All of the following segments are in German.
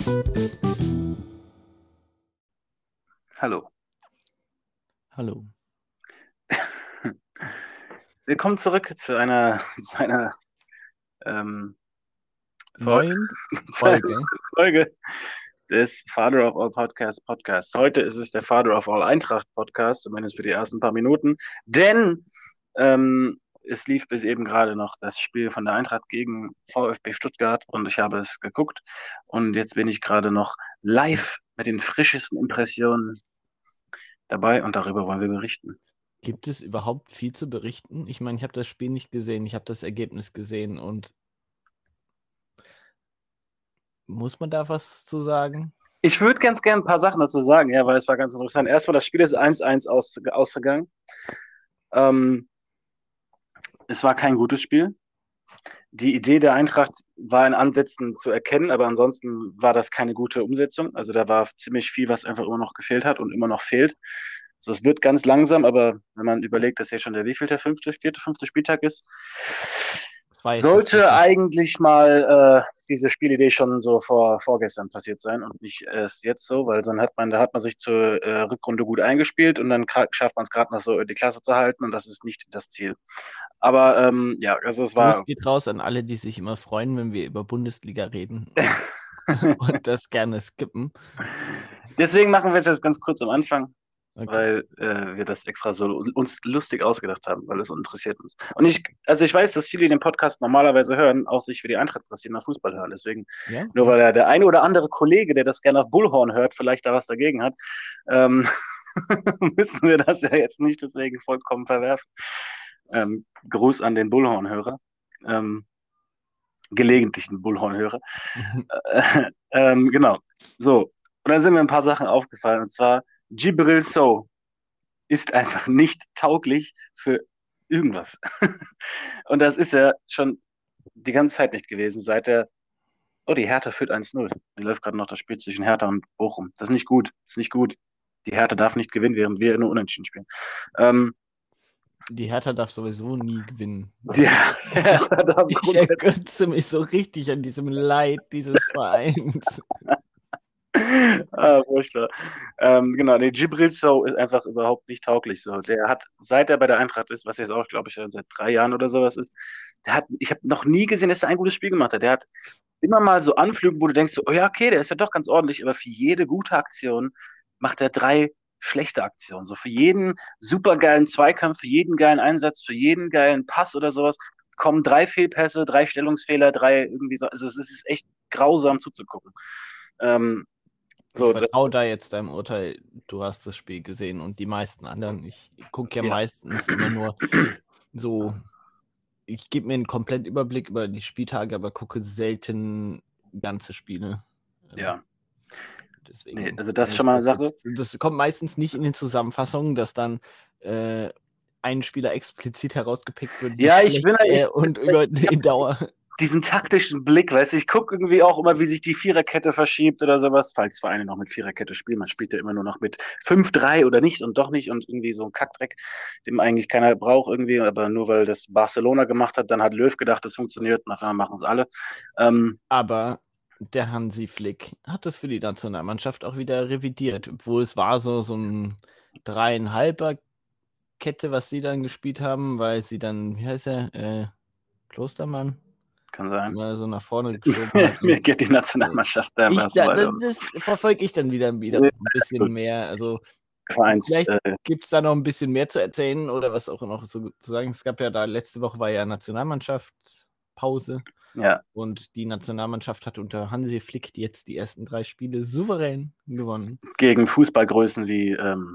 Hallo. Hallo. Willkommen zurück zu einer Neuen Folge. Folge des Father of All Podcasts. Heute ist es der Father of All Eintracht Podcast, zumindest für die ersten paar Minuten, denn es lief bis eben gerade noch das Spiel von der Eintracht gegen VfB Stuttgart und ich habe es geguckt und jetzt bin ich gerade noch live mit den frischesten Impressionen dabei und darüber wollen wir berichten. Gibt es überhaupt viel zu berichten? Ich meine, ich habe das Spiel nicht gesehen, ich habe das Ergebnis gesehen und muss man da was zu sagen? Ich würde ganz gerne ein paar Sachen dazu sagen, ja, weil es war ganz interessant. Erstmal, das Spiel ist 1-1 ausgegangen. Es war kein gutes Spiel. Die Idee der Eintracht war in Ansätzen zu erkennen, aber ansonsten war das keine gute Umsetzung. Also da war ziemlich viel, was einfach immer noch gefehlt hat und immer noch fehlt. So, es wird ganz langsam, aber wenn man überlegt, dass ja schon der wievielte, fünfte Spieltag ist, sollte eigentlich mal diese Spielidee schon so vorgestern passiert sein und nicht erst jetzt so, weil da hat man sich zur Rückrunde gut eingespielt und dann schafft man es gerade noch so die Klasse zu halten und das ist nicht das Ziel. Aber ja, also es war. Gruß geht raus an alle, die sich immer freuen, wenn wir über Bundesliga reden und das gerne skippen. Deswegen machen wir es jetzt ganz kurz am Anfang. Okay. Weil wir das extra so uns lustig ausgedacht haben, weil es interessiert uns. Und ich weiß, dass viele, die den Podcast normalerweise hören, auch sich für die Eintracht interessieren, nach Fußball hören. Deswegen, Ja? nur weil der eine oder andere Kollege, der das gerne auf Bullhorn hört, vielleicht da was dagegen hat, müssen wir das ja jetzt nicht deswegen vollkommen verwerfen. Gruß an den Bullhorn-Hörer. Gelegentlichen Bullhorn-Hörer. Genau. So. Und dann sind mir ein paar Sachen aufgefallen. Und zwar, Djibril Sow ist einfach nicht tauglich für irgendwas. Und das ist er schon die ganze Zeit nicht gewesen, die Hertha führt 1-0. Da läuft gerade noch das Spiel zwischen Hertha und Bochum. Das ist nicht gut. Die Hertha darf nicht gewinnen, während wir nur unentschieden spielen. Die Hertha darf sowieso nie gewinnen. Die Hertha darf Ich ergötze mich so richtig an diesem Leid dieses Vereins. Furchtbar. Genau, der Djibril Sow ist einfach überhaupt nicht tauglich. So. Der hat, seit er bei der Eintracht ist, was jetzt auch, glaube ich, seit 3 Jahren oder sowas ist, ich habe noch nie gesehen, dass er ein gutes Spiel gemacht hat. Der hat immer mal so Anflüge, wo du denkst, oh ja, okay, der ist ja doch ganz ordentlich, aber für jede gute Aktion macht er 3 schlechte Aktionen. So für jeden supergeilen Zweikampf, für jeden geilen Einsatz, für jeden geilen Pass oder sowas kommen 3 Fehlpässe, 3 Stellungsfehler, 3 irgendwie so. Also es ist echt grausam zuzugucken. Ich vertraue da jetzt deinem Urteil, du hast das Spiel gesehen und die meisten anderen. Ich gucke ja meistens immer nur so, ich gebe mir einen kompletten Überblick über die Spieltage, aber gucke selten ganze Spiele. Ja. Deswegen. Nee, also das ist schon mal eine Sache. Das kommt meistens nicht in den Zusammenfassungen, dass dann ein Spieler explizit herausgepickt wird. Ja, ich bin und über die Dauer. Diesen taktischen Blick, weißt du, ich gucke irgendwie auch immer, wie sich die Viererkette verschiebt oder sowas, falls Vereine noch mit Viererkette spielen. Man spielt ja immer nur noch mit 5-3 oder nicht und doch nicht und irgendwie so ein Kackdreck, den eigentlich keiner braucht irgendwie, aber nur weil das Barcelona gemacht hat, dann hat Löw gedacht, das funktioniert und auf einmal machen es alle. Aber der Hansi Flick hat das für die Nationalmannschaft auch wieder revidiert, obwohl es war so ein 3,5er Kette, was sie dann gespielt haben, weil sie dann, wie heißt er, Klostermann? Kann sein. Immer so nach vorne geschoben hat. Mir geht die Nationalmannschaft da was weiter. Das verfolge ich dann wieder ein bisschen mehr. Also vielleicht gibt es da noch ein bisschen mehr zu erzählen oder was auch noch so zu sagen. Es gab ja da, letzte Woche war ja Nationalmannschaftspause. Ja. Und die Nationalmannschaft hat unter Hansi Flick jetzt die ersten 3 Spiele souverän gewonnen. Gegen Fußballgrößen wie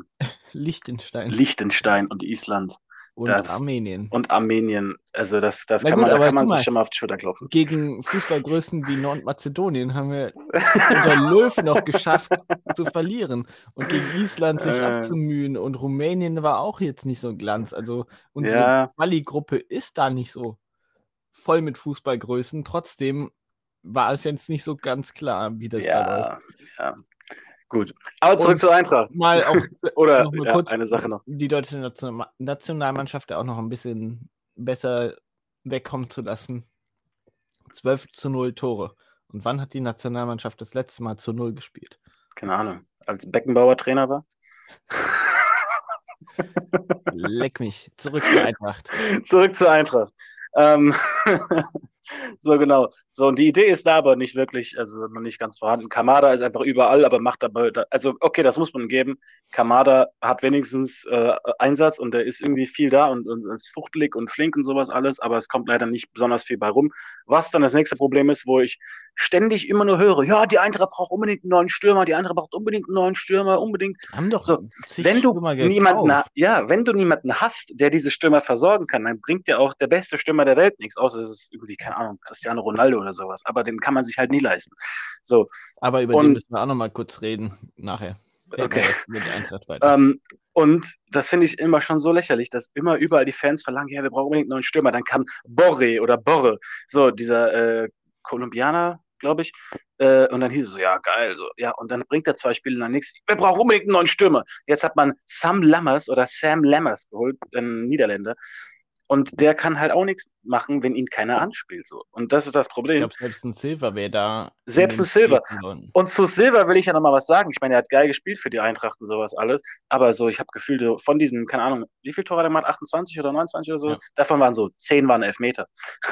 Liechtenstein und Island. Und Armenien. Und Armenien. Also das kann man sich schon mal auf die Schulter klopfen. Gegen Fußballgrößen wie Nordmazedonien haben wir unter Löw noch geschafft zu verlieren. Und gegen Island sich abzumühen. Und Rumänien war auch jetzt nicht so ein Glanz. Also unsere Quali-Gruppe ist da nicht so voll mit Fußballgrößen. Trotzdem war es jetzt nicht so ganz klar, wie das da läuft. Ja. Gut. Aber zurück zur Eintracht. Mal auch oder noch mal kurz eine Sache noch. Die deutsche Nationalmannschaft auch noch ein bisschen besser wegkommen zu lassen. 12-0 Tore. Und wann hat die Nationalmannschaft das letzte Mal zu 0 gespielt? Keine Ahnung. Als Beckenbauer Trainer war? Leck mich. Zurück zur Eintracht. Zurück zur Eintracht. Ähm, so genau. So, und die Idee ist da aber nicht wirklich, also noch nicht ganz vorhanden. Kamada ist einfach überall, aber macht dabei, also okay, das muss man geben. Kamada hat wenigstens Einsatz und der ist irgendwie viel da und ist fuchtelig und flink und sowas alles, aber es kommt leider nicht besonders viel bei rum. Was dann das nächste Problem ist, wo ich ständig immer nur höre, ja, die Eintracht braucht unbedingt einen neuen Stürmer, die Eintracht braucht unbedingt einen neuen Stürmer, unbedingt. Haben doch So, zig wenn du Stürmer niemanden, gekauft. wenn du niemanden hast, der diese Stürmer versorgen kann, dann bringt dir auch der beste Stürmer der Welt nichts, außer es ist irgendwie, keine Ahnung, Cristiano Ronaldo oder sowas, aber den kann man sich halt nie leisten. So. Aber über den müssen wir auch nochmal kurz reden, nachher. Okay. Mit der Eintracht weiter. Und das finde ich immer schon so lächerlich, dass immer überall die Fans verlangen, ja, wir brauchen unbedingt einen neuen Stürmer. Dann kam Borre, so dieser Kolumbianer, glaube ich. Und dann hieß es so, ja, geil. So, ja, und dann bringt er 2 Spiele lang nichts. Wir brauchen unbedingt einen neuen Stürmer. Jetzt hat man Sam Lammers geholt, ein Niederländer. Und der kann halt auch nichts machen, wenn ihn keiner anspielt. So. Und das ist das Problem. Ich glaube, selbst ein Silva wäre da. Selbst ein Silva. Und zu Silva will ich ja nochmal was sagen. Ich meine, er hat geil gespielt für die Eintracht und sowas alles. Aber so, ich habe gefühlt, von diesen, keine Ahnung, wie viele Tore hat er gemacht? 28 oder 29 oder so? Ja. Davon waren so 10 waren Elfmeter.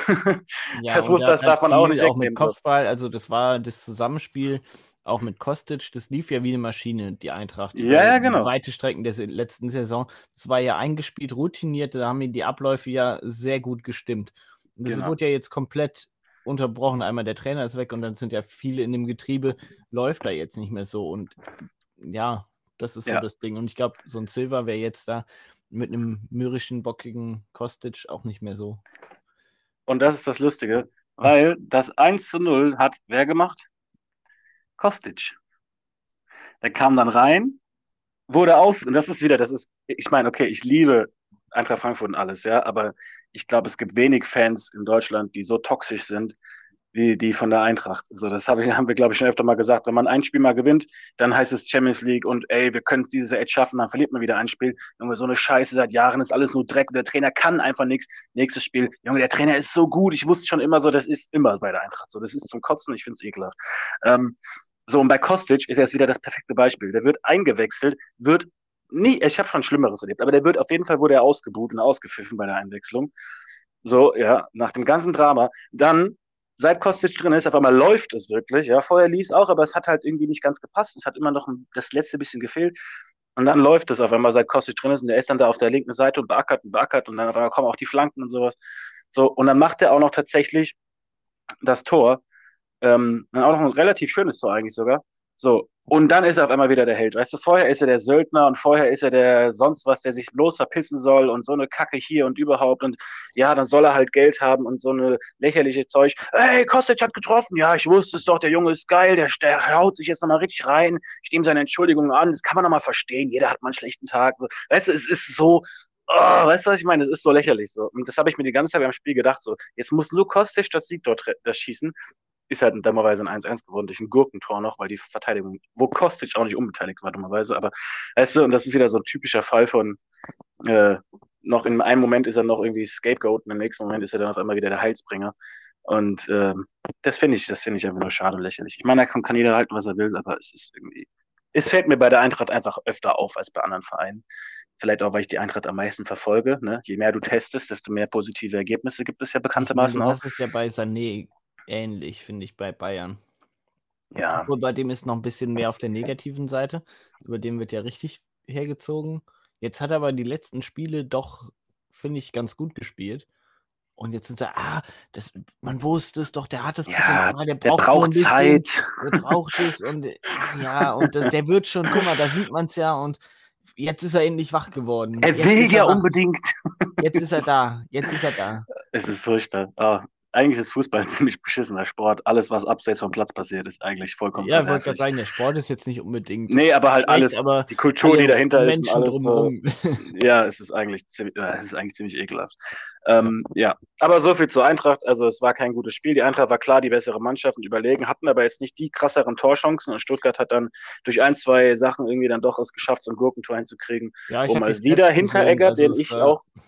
Ja, das darf man auch nicht wegnehmen. Auch mit Kopfball, also das war das Zusammenspiel. Auch mit Kostic, das lief ja wie eine Maschine, die Eintracht. Ja, genau. Weite Strecken der letzten Saison. Das war ja eingespielt, routiniert, da haben die Abläufe ja sehr gut gestimmt. Und das wurde ja jetzt komplett unterbrochen. Einmal der Trainer ist weg und dann sind ja viele in dem Getriebe, läuft da jetzt nicht mehr so. Und ja, das ist so das Ding. Und ich glaube, so ein Silva wäre jetzt da mit einem mürrischen, bockigen Kostic auch nicht mehr so. Und das ist das Lustige, weil das 1:0 hat wer gemacht? Kostic. Der kam dann rein, wurde aus, und ich meine, okay, ich liebe Eintracht Frankfurt und alles, ja, aber ich glaube, es gibt wenig Fans in Deutschland, die so toxisch sind, wie die von der Eintracht. So, haben wir, glaube ich, schon öfter mal gesagt. Wenn man ein Spiel mal gewinnt, dann heißt es Champions League und ey, wir können es dieses Jahr jetzt schaffen, dann verliert man wieder ein Spiel. Junge, so eine Scheiße seit Jahren ist alles nur Dreck und der Trainer kann einfach nichts. Nächstes Spiel, Junge, der Trainer ist so gut. Ich wusste schon immer so, das ist immer bei der Eintracht so. Das ist zum Kotzen, ich finde es ekelhaft. So, und bei Kostic ist jetzt wieder das perfekte Beispiel. Der wird eingewechselt, ich habe schon Schlimmeres erlebt, aber wurde er ausgebuht und ausgepfiffen bei der Einwechslung. So, ja, nach dem ganzen Drama. Dann, seit Kostic drin ist, auf einmal läuft es wirklich. Ja, vorher lief es auch, aber es hat halt irgendwie nicht ganz gepasst. Es hat immer noch das letzte bisschen gefehlt. Und dann läuft es auf einmal, seit Kostic drin ist. Und der ist dann da auf der linken Seite und beackert. Und dann auf einmal kommen auch die Flanken und sowas. So, und dann macht er auch noch tatsächlich das Tor. Dann auch noch ein relativ schönes Tor eigentlich sogar. So, und dann ist er auf einmal wieder der Held. Weißt du, vorher ist er der Söldner und vorher ist er der sonst was, der sich bloß verpissen soll und so eine Kacke hier und überhaupt. Und ja, dann soll er halt Geld haben und so eine lächerliche Zeug. Hey, Kostic hat getroffen. Ja, ich wusste es doch, der Junge ist geil, der haut sich jetzt nochmal richtig rein. Ich nehme seine Entschuldigung an. Das kann man nochmal verstehen. Jeder hat mal einen schlechten Tag. So, weißt du, es ist so, weißt du, was ich meine? Es ist so lächerlich so. Und das habe ich mir die ganze Zeit beim Spiel gedacht. So, jetzt muss nur Kostic das Sieg dort das schießen. Ist halt dummerweise ein 1:1 geworden durch ein Gurkentor noch, weil die Verteidigung, wo Kostic auch nicht unbeteiligt war, dummerweise, aber weißt du, und das ist wieder so ein typischer Fall von noch in einem Moment ist er noch irgendwie Scapegoat und im nächsten Moment ist er dann auf einmal wieder der Heilsbringer. Und das finde ich einfach nur schade und lächerlich. Ich meine, da kann jeder halten, was er will, aber es fällt mir bei der Eintracht einfach öfter auf als bei anderen Vereinen. Vielleicht auch, weil ich die Eintracht am meisten verfolge. Ne? Je mehr du testest, desto mehr positive Ergebnisse gibt es ja bekanntermaßen auch. Das ist ja bei Sané ähnlich, finde ich, bei Bayern. Ja. Obwohl bei dem ist noch ein bisschen mehr auf der negativen Seite. Über dem wird ja richtig hergezogen. Jetzt hat er aber die letzten Spiele doch, finde ich, ganz gut gespielt. Und jetzt sind sie, man wusste es doch, der hat das Potenzial, der braucht Zeit. Der braucht es und ja, und der wird schon, guck mal, da sieht man es ja und jetzt ist er endlich wach geworden. Er will ja unbedingt. Jetzt ist er da. Es ist furchtbar. Eigentlich ist Fußball ein ziemlich beschissener Sport. Alles, was abseits vom Platz passiert, ist eigentlich vollkommen verwerflich. Ja, ich wollte gerade sagen, der Sport ist jetzt nicht unbedingt. Nee, aber halt schlecht, alles, aber die Kultur, die dahinter ist. Menschen alles drumherum. Ja, es ist eigentlich ziemlich ekelhaft. Ja, aber so viel zur Eintracht. Also es war kein gutes Spiel. Die Eintracht war klar die bessere Mannschaft und überlegen, hatten aber jetzt nicht die krasseren Torchancen und Stuttgart hat dann durch 1, 2 Sachen irgendwie dann doch es geschafft, so ein Gurkentor hinzukriegen, ja, wo mal wieder Hinteregger, den ich auch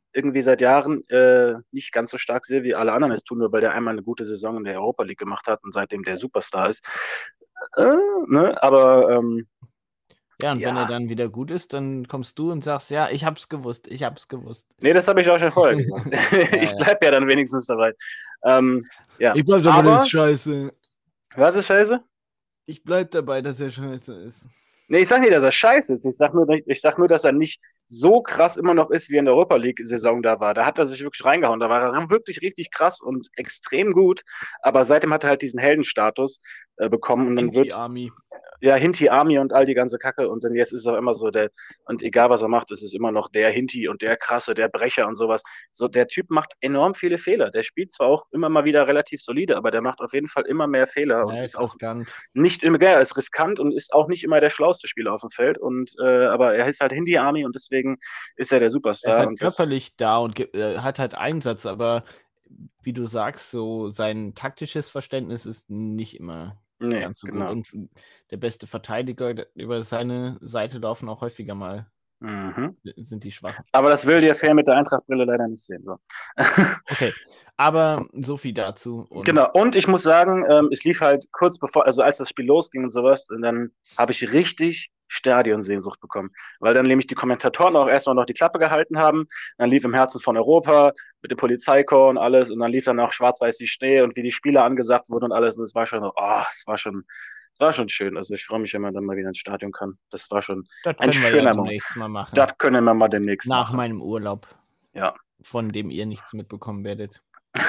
irgendwie seit Jahren nicht ganz so stark sehe, wie alle anderen es tun, nur weil der einmal eine gute Saison in der Europa League gemacht hat und seitdem der Superstar ist. Ne? Aber Ja, und wenn er ja, dann wieder gut ist, dann kommst du und sagst, ja, ich hab's gewusst, ich hab's gewusst. nee, das habe ich auch schon vorher gesagt. Ja, Ich ja. bleibe ja dann wenigstens dabei. Ja, Ich bleib dabei, das ist scheiße. was ist scheiße? Ich bleib dabei, dass er scheiße ist. Nee, ich sag nicht, dass er scheiße ist. Ich sag nur, dass er nicht so krass immer noch ist, wie in der Europa League-Saison da war. Da hat er sich wirklich reingehauen. Da war er wirklich richtig krass und extrem gut. Aber seitdem hat er halt diesen Heldenstatus bekommen und dann wird Army. ja Hinti Army und all die ganze Kacke und dann jetzt ist er immer so und egal was er macht, ist es immer noch der Hinti und der Krasse, der Brecher und sowas. So, der Typ macht enorm viele Fehler. Der spielt zwar auch immer mal wieder relativ solide, aber der macht auf jeden Fall immer mehr Fehler und Er ist ist auch riskant. nicht immer, er ist riskant und ist auch nicht immer der schlauste Spieler auf dem Feld aber er ist halt Hindi Army und deswegen ist er der Er ist Superstar halt und körperlich da und hat halt Einsatz, aber wie du sagst, so sein taktisches Verständnis ist nicht immer nee, ganz so gut. genau. Und der beste Verteidiger über seine Seite laufen auch häufiger mal, Mhm. sind die schwach. Aber das will der Fair mit der Eintracht-Brille leider nicht sehen. So. Okay, aber so viel dazu. Und Genau, und ich muss sagen, es lief halt kurz bevor, also als das Spiel losging und sowas, und dann habe ich richtig Stadionsehnsucht bekommen, weil dann nämlich die Kommentatoren auch erstmal noch die Klappe gehalten haben, dann lief im Herzen von Europa mit dem Polizeichor und alles und dann lief dann auch Schwarz-Weiß wie Schnee und wie die Spieler angesagt wurden und alles und es war schon, es war schon schön, also ich freue mich, wenn man dann mal wieder ins Stadion kann, das war schon das ein können wir ja schöner Moment. demnächst mal machen. Das können wir mal demnächst Nach machen. meinem Urlaub. Ja. Von dem ihr nichts mitbekommen werdet.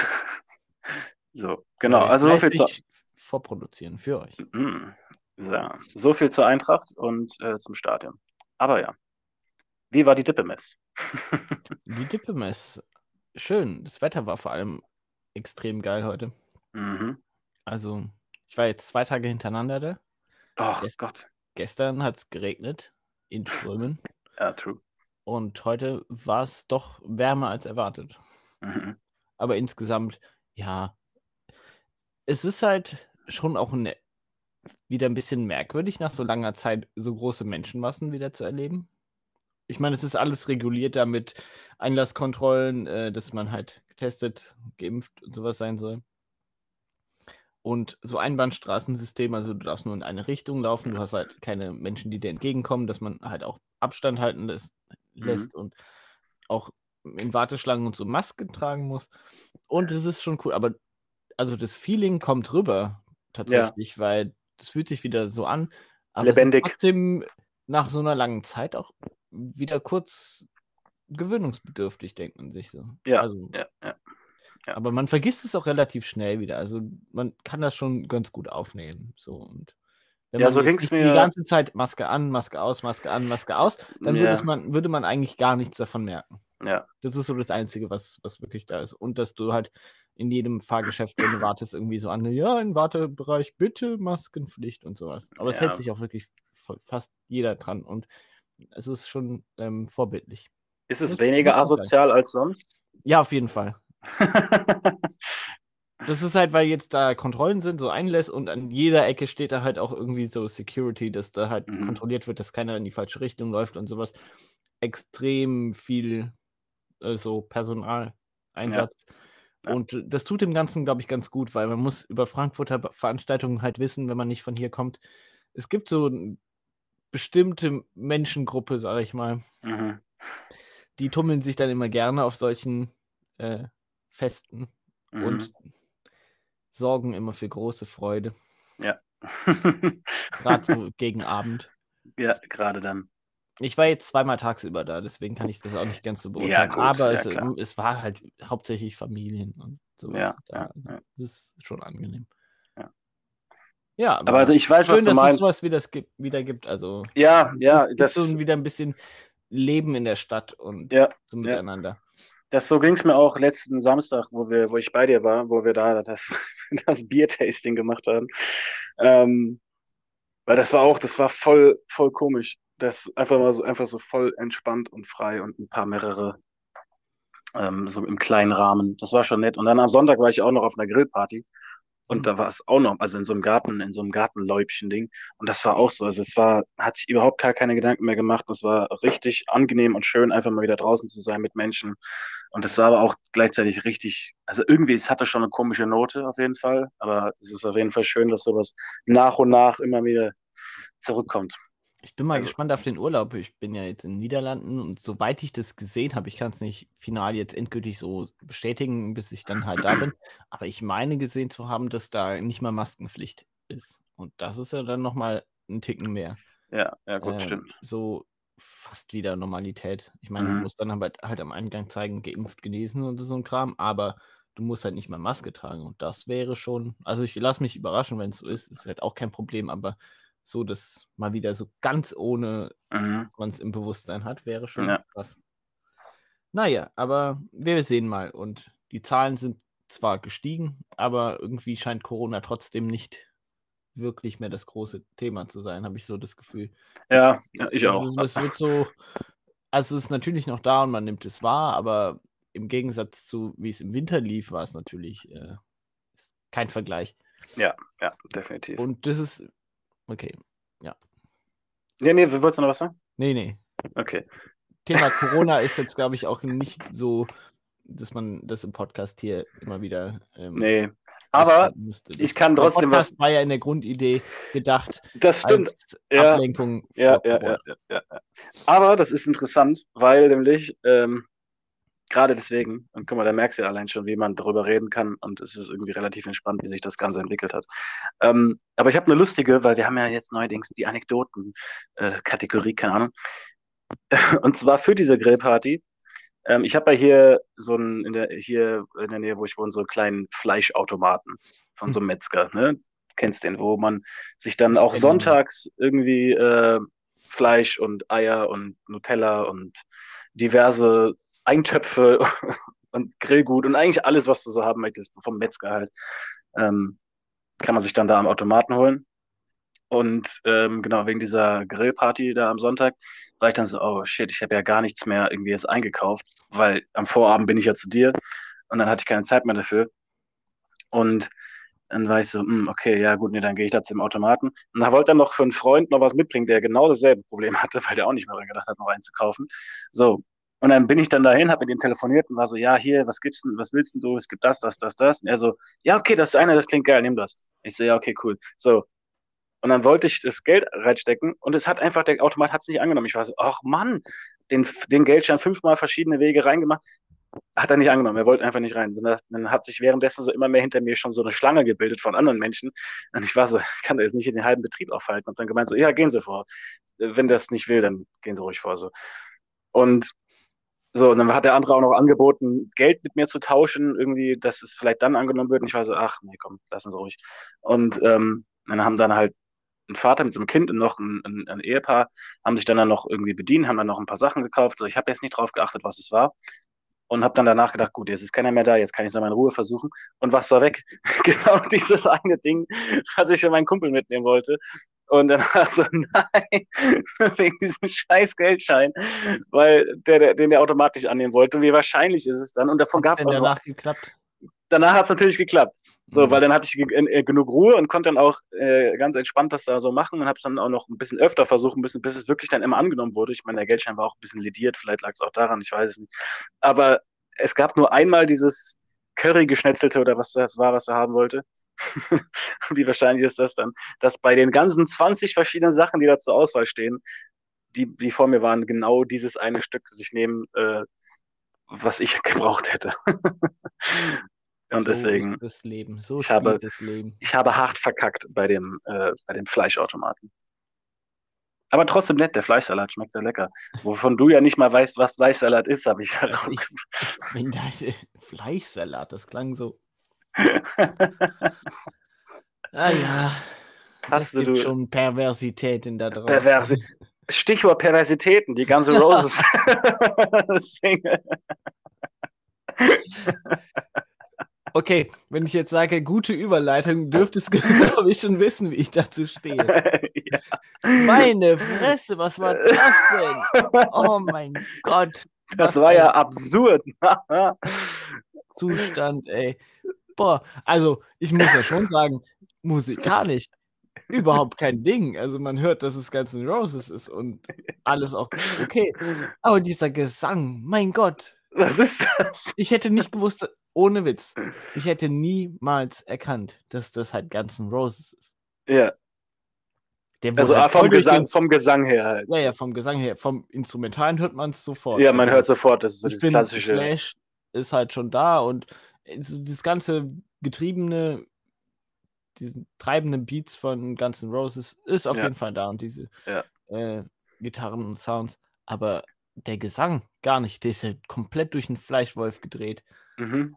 So, genau, also so viel vorproduzieren für euch. So viel zur Eintracht und zum Stadion. Aber ja, wie war die Dippemess? Die Dippemess, schön. Das Wetter war vor allem extrem geil heute. Mhm. Also, ich war jetzt 2 Tage hintereinander da. Ach Gott. Gestern hat es geregnet in Strömen. Ja, true. Und heute war es doch wärmer als erwartet. Mhm. Aber insgesamt, ja, es ist halt schon auch wieder ein bisschen merkwürdig, nach so langer Zeit so große Menschenmassen wieder zu erleben. Ich meine, es ist alles reguliert da mit Einlasskontrollen, dass man halt getestet, geimpft und sowas sein soll. Und so Einbahnstraßensystem, also du darfst nur in eine Richtung laufen, du hast halt keine Menschen, die dir entgegenkommen, dass man halt auch Abstand halten lässt und auch in Warteschlangen und so Masken tragen muss. Und es ist schon cool, aber also das Feeling kommt rüber tatsächlich, weil das fühlt sich wieder so an, aber lebendig. Es ist trotzdem nach so einer langen Zeit auch wieder kurz gewöhnungsbedürftig, denkt man sich so. Ja, also, ja. Aber man vergisst es auch relativ schnell wieder. Also man kann das schon ganz gut aufnehmen. So. Und wenn man so jetzt ging's nicht die mir. ganze Zeit Maske an, Maske aus, Maske an, Maske aus, dann würde man eigentlich gar nichts davon merken. Ja. Das ist so das Einzige, was wirklich da ist. Und dass du halt in jedem Fahrgeschäft, wenn du wartest, irgendwie so an, ja, im Wartebereich bitte Maskenpflicht und sowas. Aber es hält sich auch wirklich fast jeder dran. Und es ist schon vorbildlich. Ist es weniger asozial als sonst? Ja, auf jeden Fall. Das ist halt, weil jetzt da Kontrollen sind, so Einläss und an jeder Ecke steht da halt auch irgendwie so Security, dass da halt kontrolliert wird, dass keiner in die falsche Richtung läuft und sowas. Extrem viel so Personaleinsatz. Ja. Und das tut dem Ganzen, glaube ich, ganz gut, weil man muss über Frankfurter Veranstaltungen halt wissen, wenn man nicht von hier kommt. Es gibt so eine bestimmte Menschengruppe, sage ich mal. Die tummeln sich dann immer gerne auf solchen Festen und sorgen immer für große Freude. Ja. Gerade so gegen Abend. Ja, gerade dann. Ich war jetzt 2-mal tagsüber da, deswegen kann ich das auch nicht ganz so beurteilen. Ja, gut, aber es war halt hauptsächlich Familien und sowas. Das ist schon angenehm. Ja, aber ich weiß, schön, was du meinst. Dass es sowas wieder gibt. Also, ja, das so wieder ein bisschen Leben in der Stadt und so miteinander. So ging es mir auch letzten Samstag, wo ich bei dir war, wo wir da das Biertasting gemacht haben. Weil das war voll komisch. Das einfach so voll entspannt und frei und mehrere so im kleinen Rahmen. Das war schon nett. Und dann am Sonntag war ich auch noch auf einer Grillparty. Und da war es auch noch, also in so einem Gartenläubchen-Ding. Und das war auch so. Also hat sich überhaupt gar keine Gedanken mehr gemacht. Es war richtig angenehm und schön, einfach mal wieder draußen zu sein mit Menschen. Und das war aber auch gleichzeitig richtig, also irgendwie, es hatte schon eine komische Note auf jeden Fall. Aber es ist auf jeden Fall schön, dass sowas nach und nach immer wieder zurückkommt. Ich bin mal Also, gespannt auf den Urlaub. Ich bin ja jetzt in den Niederlanden und soweit ich das gesehen habe, ich kann es nicht final jetzt endgültig so bestätigen, bis ich dann halt da bin, aber ich meine gesehen zu haben, dass da nicht mal Maskenpflicht ist. Und das ist ja dann nochmal ein Ticken mehr. ja, gut, stimmt. So fast wieder Normalität. Ich meine, du musst dann halt am Eingang zeigen, geimpft, genesen und so ein Kram, aber du musst halt nicht mal Maske tragen. Und das wäre schon, also ich lasse mich überraschen, wenn es so ist halt auch kein Problem, aber so das mal wieder so ganz ohne man es im Bewusstsein hat, wäre schon krass. Naja, aber wir sehen mal. Und die Zahlen sind zwar gestiegen, aber irgendwie scheint Corona trotzdem nicht wirklich mehr das große Thema zu sein, habe ich so das Gefühl. Ja, ich auch. Es wird so, also es ist natürlich noch da und man nimmt es wahr, aber im Gegensatz zu, wie es im Winter lief, war es natürlich kein Vergleich. Ja, definitiv. Und das ist, okay, ja. Nee, wolltest du noch was sagen? Nee. Okay. Thema Corona ist jetzt, glaube ich, auch nicht so, dass man das im Podcast hier immer wieder nee, aber ich kann trotzdem was... Der Podcast war ja in der Grundidee gedacht. Das stimmt. Als Ablenkung. Ja. Aber das ist interessant, weil nämlich gerade deswegen, und guck mal, da merkst du ja allein schon, wie man darüber reden kann und es ist irgendwie relativ entspannt, wie sich das Ganze entwickelt hat. Aber ich habe eine lustige, weil wir haben ja jetzt neuerdings die Anekdoten-Kategorie, keine Ahnung. Und zwar für diese Grillparty. Ich habe ja hier hier in der Nähe, wo ich wohne, so einen kleinen Fleischautomaten von so einem Metzger, ne? Kennst den, wo man sich dann auch sonntags irgendwie Fleisch und Eier und Nutella und diverse Eintöpfe und Grillgut und eigentlich alles, was du so haben möchtest, vom Metzger halt, kann man sich dann da am Automaten holen. Und genau, wegen dieser Grillparty da am Sonntag war ich dann so, oh shit, ich habe ja gar nichts mehr irgendwie jetzt eingekauft, weil am Vorabend bin ich ja zu dir und dann hatte ich keine Zeit mehr dafür. Und dann war ich so, okay, ja gut, nee, dann gehe ich da zum Automaten. Und da wollte dann noch für einen Freund noch was mitbringen, der genau dasselbe Problem hatte, weil der auch nicht mehr dran gedacht hat, noch einzukaufen. So, und dann bin ich dann dahin, habe mit ihm telefoniert und war so, ja, hier, was gibt's denn, was willst denn du? Es gibt das. Und er so, ja, okay, das ist einer, das klingt geil, nimm das. Ich so, ja, okay, cool. So, und dann wollte ich das Geld reinstecken und der Automat hat es nicht angenommen. Ich war so, ach Mann, den Geldschein 5-mal verschiedene Wege reingemacht. Hat er nicht angenommen, er wollte einfach nicht rein. Dann hat sich währenddessen so immer mehr hinter mir schon so eine Schlange gebildet von anderen Menschen. Und ich war so, ich kann da jetzt nicht in den halben Betrieb aufhalten. Und dann gemeint so, ja, gehen Sie vor. Wenn das nicht will, dann gehen Sie ruhig vor. So. Und dann hat der andere auch noch angeboten, Geld mit mir zu tauschen, irgendwie, dass es vielleicht dann angenommen wird. Und ich war so, ach nee, komm, lassen Sie ruhig. Und dann haben dann halt ein Vater mit so einem Kind und noch ein Ehepaar haben sich dann noch irgendwie bedient, haben dann noch ein paar Sachen gekauft. So, ich habe jetzt nicht drauf geachtet, was es war. Und habe dann danach gedacht, gut, jetzt ist keiner mehr da, jetzt kann ich es nochmal in Ruhe versuchen. Und was war weg? Genau dieses eine Ding, was ich für meinen Kumpel mitnehmen wollte. Und dann war so, nein, wegen diesem scheiß Geldschein, weil den der automatisch annehmen wollte. Und wie wahrscheinlich ist es dann? Und davon gab es auch danach geklappt. Danach hat es natürlich geklappt. So, weil dann hatte ich genug Ruhe und konnte dann auch ganz entspannt das da so machen und habe es dann auch noch ein bisschen öfter versucht, bis es wirklich dann immer angenommen wurde. Ich meine, der Geldschein war auch ein bisschen lediert, vielleicht lag es auch daran, ich weiß es nicht. Aber es gab nur einmal dieses Curry-Geschnetzelte oder was das war, was er haben wollte. Wie wahrscheinlich ist das dann? Dass bei den ganzen 20 verschiedenen Sachen, die da zur Auswahl stehen, die vor mir waren, genau dieses eine Stück sich nehmen, was ich gebraucht hätte. Und deswegen, ist das Leben. Ich habe hart verkackt bei dem Fleischautomaten. Aber trotzdem nett, der Fleischsalat schmeckt sehr lecker. Wovon du ja nicht mal weißt, was Fleischsalat ist, habe ich herausgefunden. Ich finde Fleischsalat, das klang so. Ja. Es gibt schon Perversitäten da draußen. Stichwort Perversitäten, die Guns N' Roses Single. Okay, wenn ich jetzt sage, gute Überleitung, dürftest du, glaube ich, schon wissen, wie ich dazu stehe. Ja. Meine Fresse, was war das denn? Oh mein Gott. Das war ja absurd. Zustand, ey. Boah, also ich muss ja schon sagen, musikalisch überhaupt kein Ding. Also man hört, dass es Guns N' Roses ist und alles auch okay. Aber dieser Gesang, mein Gott, Was ist das? ich hätte nicht gewusst, ohne Witz, ich hätte niemals erkannt, dass das halt Guns N' Roses ist. Ja, Der also wurde halt voll durch den vom Gesang her halt. ja, vom Gesang her, vom Instrumentalen hört man's sofort. Ja, man Also, hört sofort, das ist so ich dieses finde, klassische. Slash ist halt schon da und, so das ganze Getriebene, diesen treibenden Beats von Guns N' Roses ist auf Ja, jeden Fall da und diese, ja. äh, Gitarren und Sounds, aber der Gesang gar nicht. Der ist ja komplett durch 'n Fleischwolf gedreht. Mhm.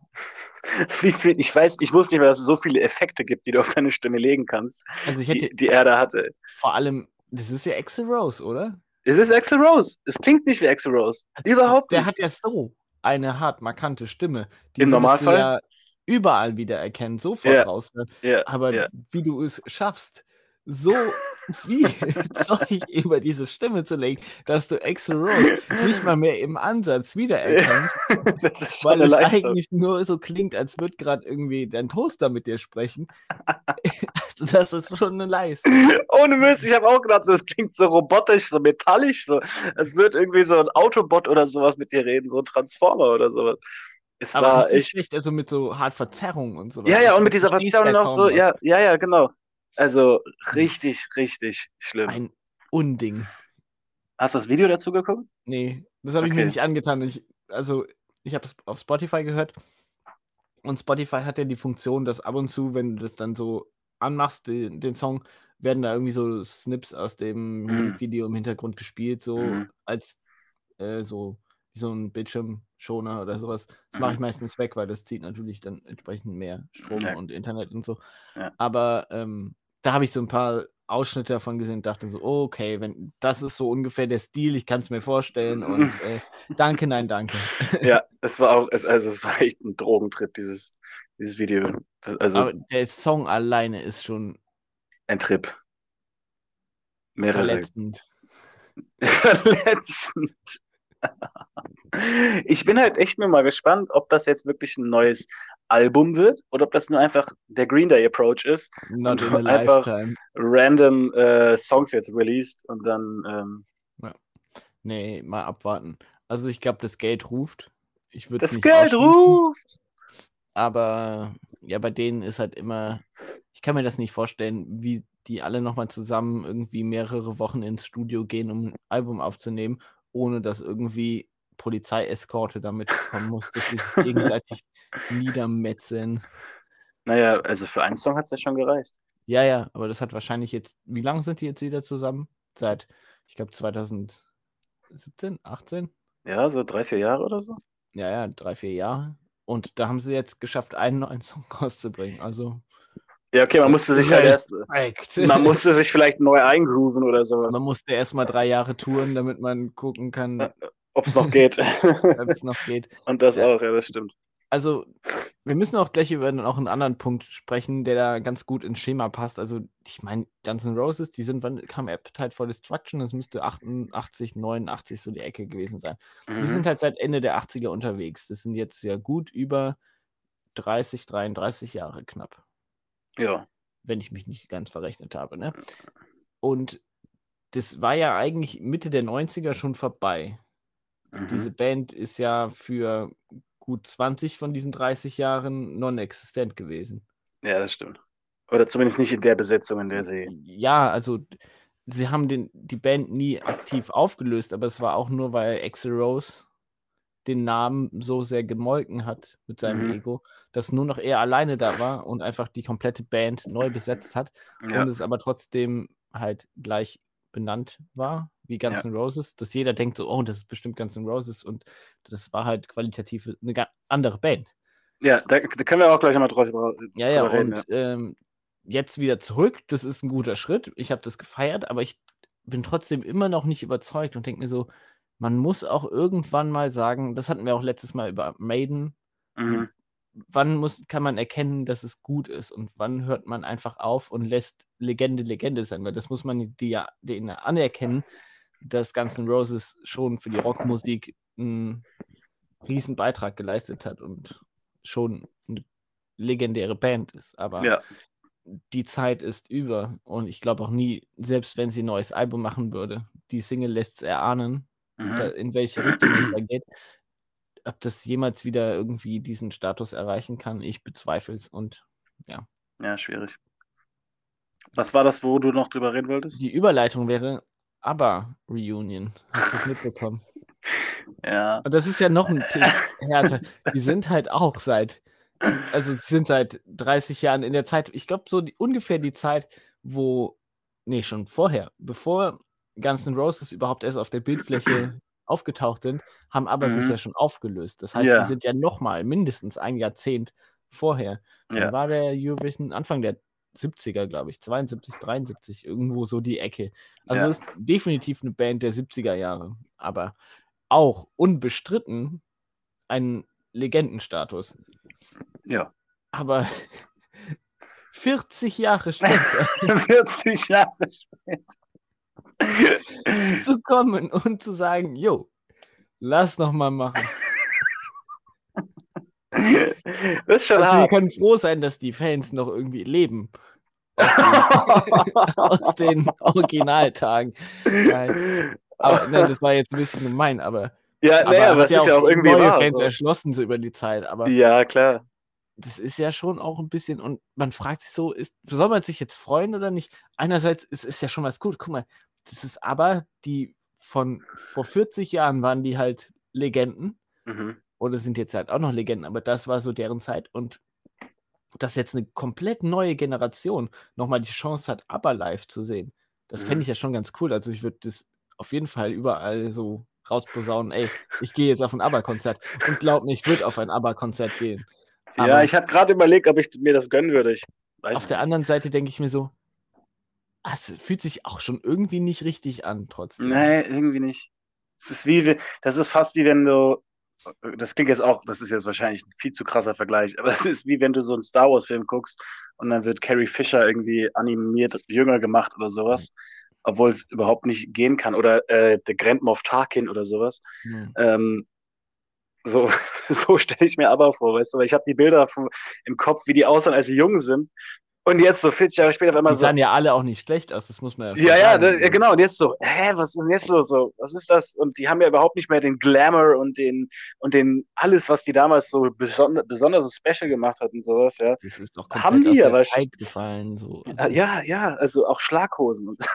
Ich weiß, ich wusste nicht mehr, dass es so viele Effekte gibt, die du auf deine Stimme legen kannst, Also, ich hätte die er da hatte. vor allem das ist ja Axl Rose, oder? Es ist Axl Rose. Es klingt nicht wie Axl Rose. Also, Überhaupt der nicht. hat ja so eine hart markante Stimme. Die Im würdest du Normalfall? ja überall wiedererkennen, sofort Ja, raushören. ja, Aber ja. wie du es schaffst, so viel Zeug über diese Stimme zu legen, dass du Axl Rose nicht mal mehr im Ansatz wiedererkennst, Das ist schon weil eine es Leistung. eigentlich nur so klingt, als würde grad irgendwie dein Toaster mit dir sprechen. Also, das ist schon 'ne Leistung. Ohne Mist, ich habe auch gedacht, das klingt so robotisch, so metallisch, so. Es wird irgendwie so ein Autobot oder sowas mit dir reden, so ein Transformer oder sowas. Es Aber war richtig echt. schlecht, also, mit so hart Verzerrung und so Ja, was. ja, Ich und mit du dieser verstehst Verzerrung ja noch kaum so, was. ja, ja, ja, genau. Also Das ist richtig, richtig schlimm. ein Unding. Hast du das Video dazu geguckt? Ne, das habe ich mir Okay. nicht angetan. Ich habe es auf Spotify gehört und Spotify hat ja die Funktion, dass ab und zu, wenn du das dann so anmachst, den Song, werden da irgendwie so Snips aus dem Mhm. Musikvideo im Hintergrund gespielt, so Mhm. als, so wie so 'n Bildschirmschoner oder so was. Das mache Mhm. ich meistens weg, weil das zieht natürlich dann entsprechend mehr Strom Ja, und Internet und so. ja. Aber, da habe ich so 'n paar Ausschnitte davon gesehen und dachte so: „Okay, wenn das ist so ungefähr der Stil, ich kann's mir vorstellen und, danke, nein, danke.“ Ja, es war echt ein Drogentrip, dieses Video. Also Aber der Song alleine ist schon ein Trip. Mehrere. verletzend. Verletzend. Ich bin halt echt nur mal gespannt, ob das jetzt wirklich ein neues Album wird oder ob das nur einfach der Green Day Approach ist Not und in a einfach lifetime. random Songs jetzt released und dann, Ja. Ne, mal abwarten. Also, ich glaube, das Geld ruft. Ich würde es das nicht Geld ausschließen, ruft. aber ja, bei denen ist halt immer ich kann mir das nicht vorstellen, wie die alle noch mal zusammen irgendwie mehrere Wochen ins Studio gehen, um 'n Album aufzunehmen, ohne dass irgendwie Polizeieskorte da mitkommen muss, dass die sich gegenseitig niedermetzeln. Naja, also für einen Song hat es ja schon gereicht. Ja, ja, aber das hat wahrscheinlich jetzt wie lang sind die jetzt wieder zusammen? Seit, ich glaube, 2017, 18? Ja, so 3, 4 Jahre oder so. Ja, ja, 3, 4 Jahre. Und da haben sie jetzt geschafft, einen neuen Song rauszubringen. Also, Ja, okay, so Respekt. man musste sich vielleicht neu eingrooven oder Man sowas, musste erst mal 3 Jahre touren, damit man gucken kann, ob es noch geht. ob's noch geht. Und das Ja, auch, ja, das stimmt. also, wir müssen auch gleich über noch 'n anderen Punkt sprechen, der da ganz gut ins Schema passt. Also, ich meine, Guns N' Roses, die sind wann kam Appetite for Destruction? Das müsste 88, 89 so die Ecke gewesen sein. Die sind Mhm. halt seit Ende der 80er unterwegs. Das sind jetzt ja gut über 30, 33 Jahre knapp, Ja. wenn ich mich nicht ganz verrechnet habe, ne? Und das war ja eigentlich Mitte der 90er schon vorbei. Diese Mhm. Band ist ja für gut 20 von diesen 30 Jahren non-existent gewesen. Ja, das stimmt. Oder zumindest nicht in der Besetzung, in der sie. Ja, also, sie haben die Band nie aktiv aufgelöst, aber es war auch nur, weil Axl Rose den Namen so sehr gemolken hat mit seinem Mhm. Ego, dass nur noch er alleine da war und einfach die komplette Band neu besetzt hat und Ja, es aber trotzdem halt gleich benannt war wie Guns ja. N' Roses, dass jeder denkt so: „Oh, das ist bestimmt Guns N' Roses“ und das war halt qualitativ 'ne andere Band. Ja, da können wir auch gleich noch mal Ja, ja, drüber reden, ja. und, jetzt wieder zurück, das ist 'n guter Schritt. Ich habe das gefeiert, aber ich bin trotzdem immer noch nicht überzeugt und denke mir so: „Man muss auch irgendwann mal sagen“, das hatten wir auch letztes Mal über Maiden, Mhm. hm, wann kann man erkennen, dass es gut ist und wann hört man einfach auf und lässt Legende Legende sein? Weil das muss man denen anerkennen, dass Guns N' Roses schon für die Rockmusik 'n Riesenbeitrag geleistet hat und schon 'ne legendäre Band ist. Aber Ja. die Zeit ist über. Und ich glaube auch nie, selbst wenn sie ein neues Album machen würde, die Single lässt es erahnen, in welche Richtung es da geht. Ob das jemals wieder irgendwie diesen Status erreichen kann, ich bezweifle es. Und ja. Ja, schwierig. Was war das, wo du noch drüber reden wolltest? Die Überleitung wäre ABBA-Reunion. Hast du das mitbekommen? Ja. Und das ist ja noch ein Tick härter. Die sind halt auch seit 30 Jahren in der Zeit, ich glaube, so ungefähr die Zeit, schon vorher, bevor Guns N' Roses überhaupt erst auf der Bildfläche aufgetaucht sind, haben ABBA sich ja schon aufgelöst. Das heißt, die sind ja nochmal mindestens ein Jahrzehnt vorher. Dann war der Eurovision Anfang der 70er, glaube ich, 72, 73, irgendwo so die Ecke. Also ist definitiv eine Band der 70er Jahre, aber auch unbestritten ein Legendenstatus. Ja. Aber 40 Jahre später 40 Jahre später zu kommen und zu sagen, jo, lass noch mal machen. Das ist schon also hart. Sie können froh sein, dass die Fans noch irgendwie leben. Aus den Originaltagen. Nein. Aber nein, das war jetzt ein bisschen gemein, aber aber es ist ja auch irgendwie neue wahr, Fans so. erschlossen so über die Zeit. Aber ja, klar. Das ist ja schon auch ein bisschen, und man fragt sich so, soll man sich jetzt freuen oder nicht? Einerseits ist ja schon was gut. Guck mal, das ist aber die vor 40 Jahren waren die halt Legenden. Oder sind jetzt halt auch noch Legenden, aber das war so deren Zeit. Und dass jetzt eine komplett neue Generation nochmal die Chance hat, ABBA live zu sehen, das fände ich ja schon ganz cool. Also ich würde das auf jeden Fall überall so rausposaunen, ey, ich gehe jetzt auf ein ABBA-Konzert. Und glaub mir, ich würde auf ein ABBA-Konzert gehen. Ja, ich habe gerade überlegt, ob ich mir das gönnen würde. Auf der anderen Seite denke ich mir so, es fühlt sich auch schon irgendwie nicht richtig an, trotzdem. Nee, irgendwie nicht. Das ist fast wie wenn du, das klingt jetzt auch, das ist jetzt wahrscheinlich ein viel zu krasser Vergleich, aber es ist wie wenn du so einen Star Wars-Film guckst und dann wird Carrie Fisher irgendwie animiert jünger gemacht oder sowas, obwohl es überhaupt nicht gehen kann. Oder der Grand Moff Tarkin oder sowas. So stelle ich mir aber vor, weißt du, weil ich habe die Bilder im Kopf, wie die aussahen, als sie jung sind. Und jetzt so 40 Jahre später auf einmal die sahen ja alle auch nicht schlecht aus, das muss man ja schon sagen. Ja, genau. Und jetzt so, was ist denn jetzt los? So, was ist das? Und die haben ja überhaupt nicht mehr den Glamour und den alles, was die damals so besonders so special gemacht hatten, sowas, ja. Das ist doch komplett aus der Zeit gefallen. So. Also. Ja, also auch Schlaghosen. Und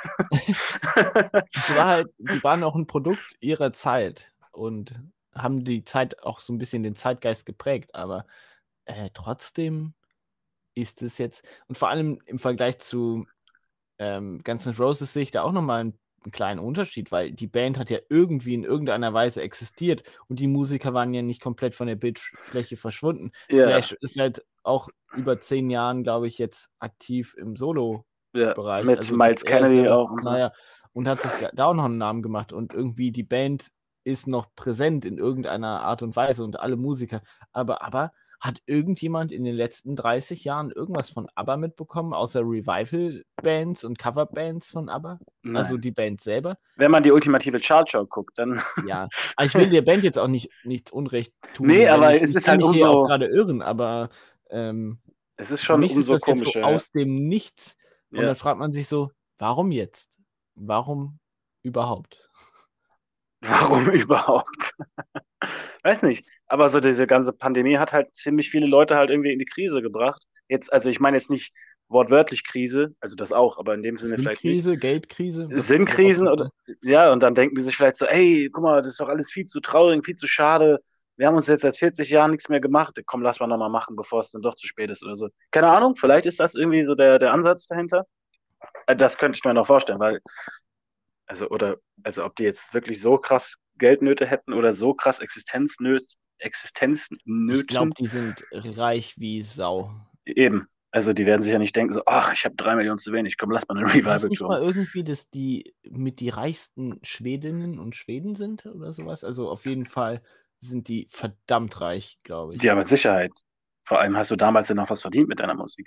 die waren auch ein Produkt ihrer Zeit und haben die Zeit auch so ein bisschen den Zeitgeist geprägt, aber trotzdem ist es jetzt, und vor allem im Vergleich zu Guns N' Roses sehe ich da auch nochmal einen kleinen Unterschied, weil die Band hat ja irgendwie in irgendeiner Weise existiert und die Musiker waren ja nicht komplett von der Bildfläche verschwunden. Slash ist halt auch über 10 Jahren, glaube ich, jetzt aktiv im Solo-Bereich. Mit also Miles Kennedy auch. Und so. Und hat sich da auch noch einen Namen gemacht und irgendwie die Band ist noch präsent in irgendeiner Art und Weise und alle Musiker. Aber hat irgendjemand in den letzten 30 Jahren irgendwas von ABBA mitbekommen, außer Revival-Bands und Coverbands von ABBA? Nein. Also die Band selber? Wenn man die ultimative Chartshow guckt, dann... Ja, aber ich will der Band jetzt auch nicht Unrecht tun. Nee, aber es ist halt umso... auch gerade irren, aber es ist schon umso komischer. So aus dem Nichts. Und dann fragt man sich so, warum jetzt? Warum überhaupt? Warum überhaupt? Weiß nicht, aber so diese ganze Pandemie hat halt ziemlich viele Leute halt irgendwie in die Krise gebracht. Jetzt, also ich meine jetzt nicht wortwörtlich Krise, also das auch, aber in dem Sinne vielleicht nicht. Sinnkrise, Geldkrise? Sinnkrisen oder ja, und dann denken die sich vielleicht so, ey, guck mal, das ist doch alles viel zu traurig, viel zu schade. Wir haben uns jetzt seit 40 Jahren nichts mehr gemacht. Komm, lass mal nochmal machen, bevor es dann doch zu spät ist oder so. Keine Ahnung, vielleicht ist das irgendwie so der Ansatz dahinter. Das könnte ich mir noch vorstellen, weil also ob die jetzt wirklich so krass Geldnöte hätten oder so krass Existenznöte. Ich glaube, die sind reich wie Sau. Eben. Also die werden sich ja nicht denken so, ach, ich habe 3 Millionen zu wenig, komm, lass mal eine Revival-Tour. Ist nicht mal irgendwie, dass die mit die reichsten Schwedinnen und Schweden sind oder sowas? Also auf jeden Fall sind die verdammt reich, glaube ich. Ja, mit Sicherheit. Vor allem hast du damals ja noch was verdient mit deiner Musik.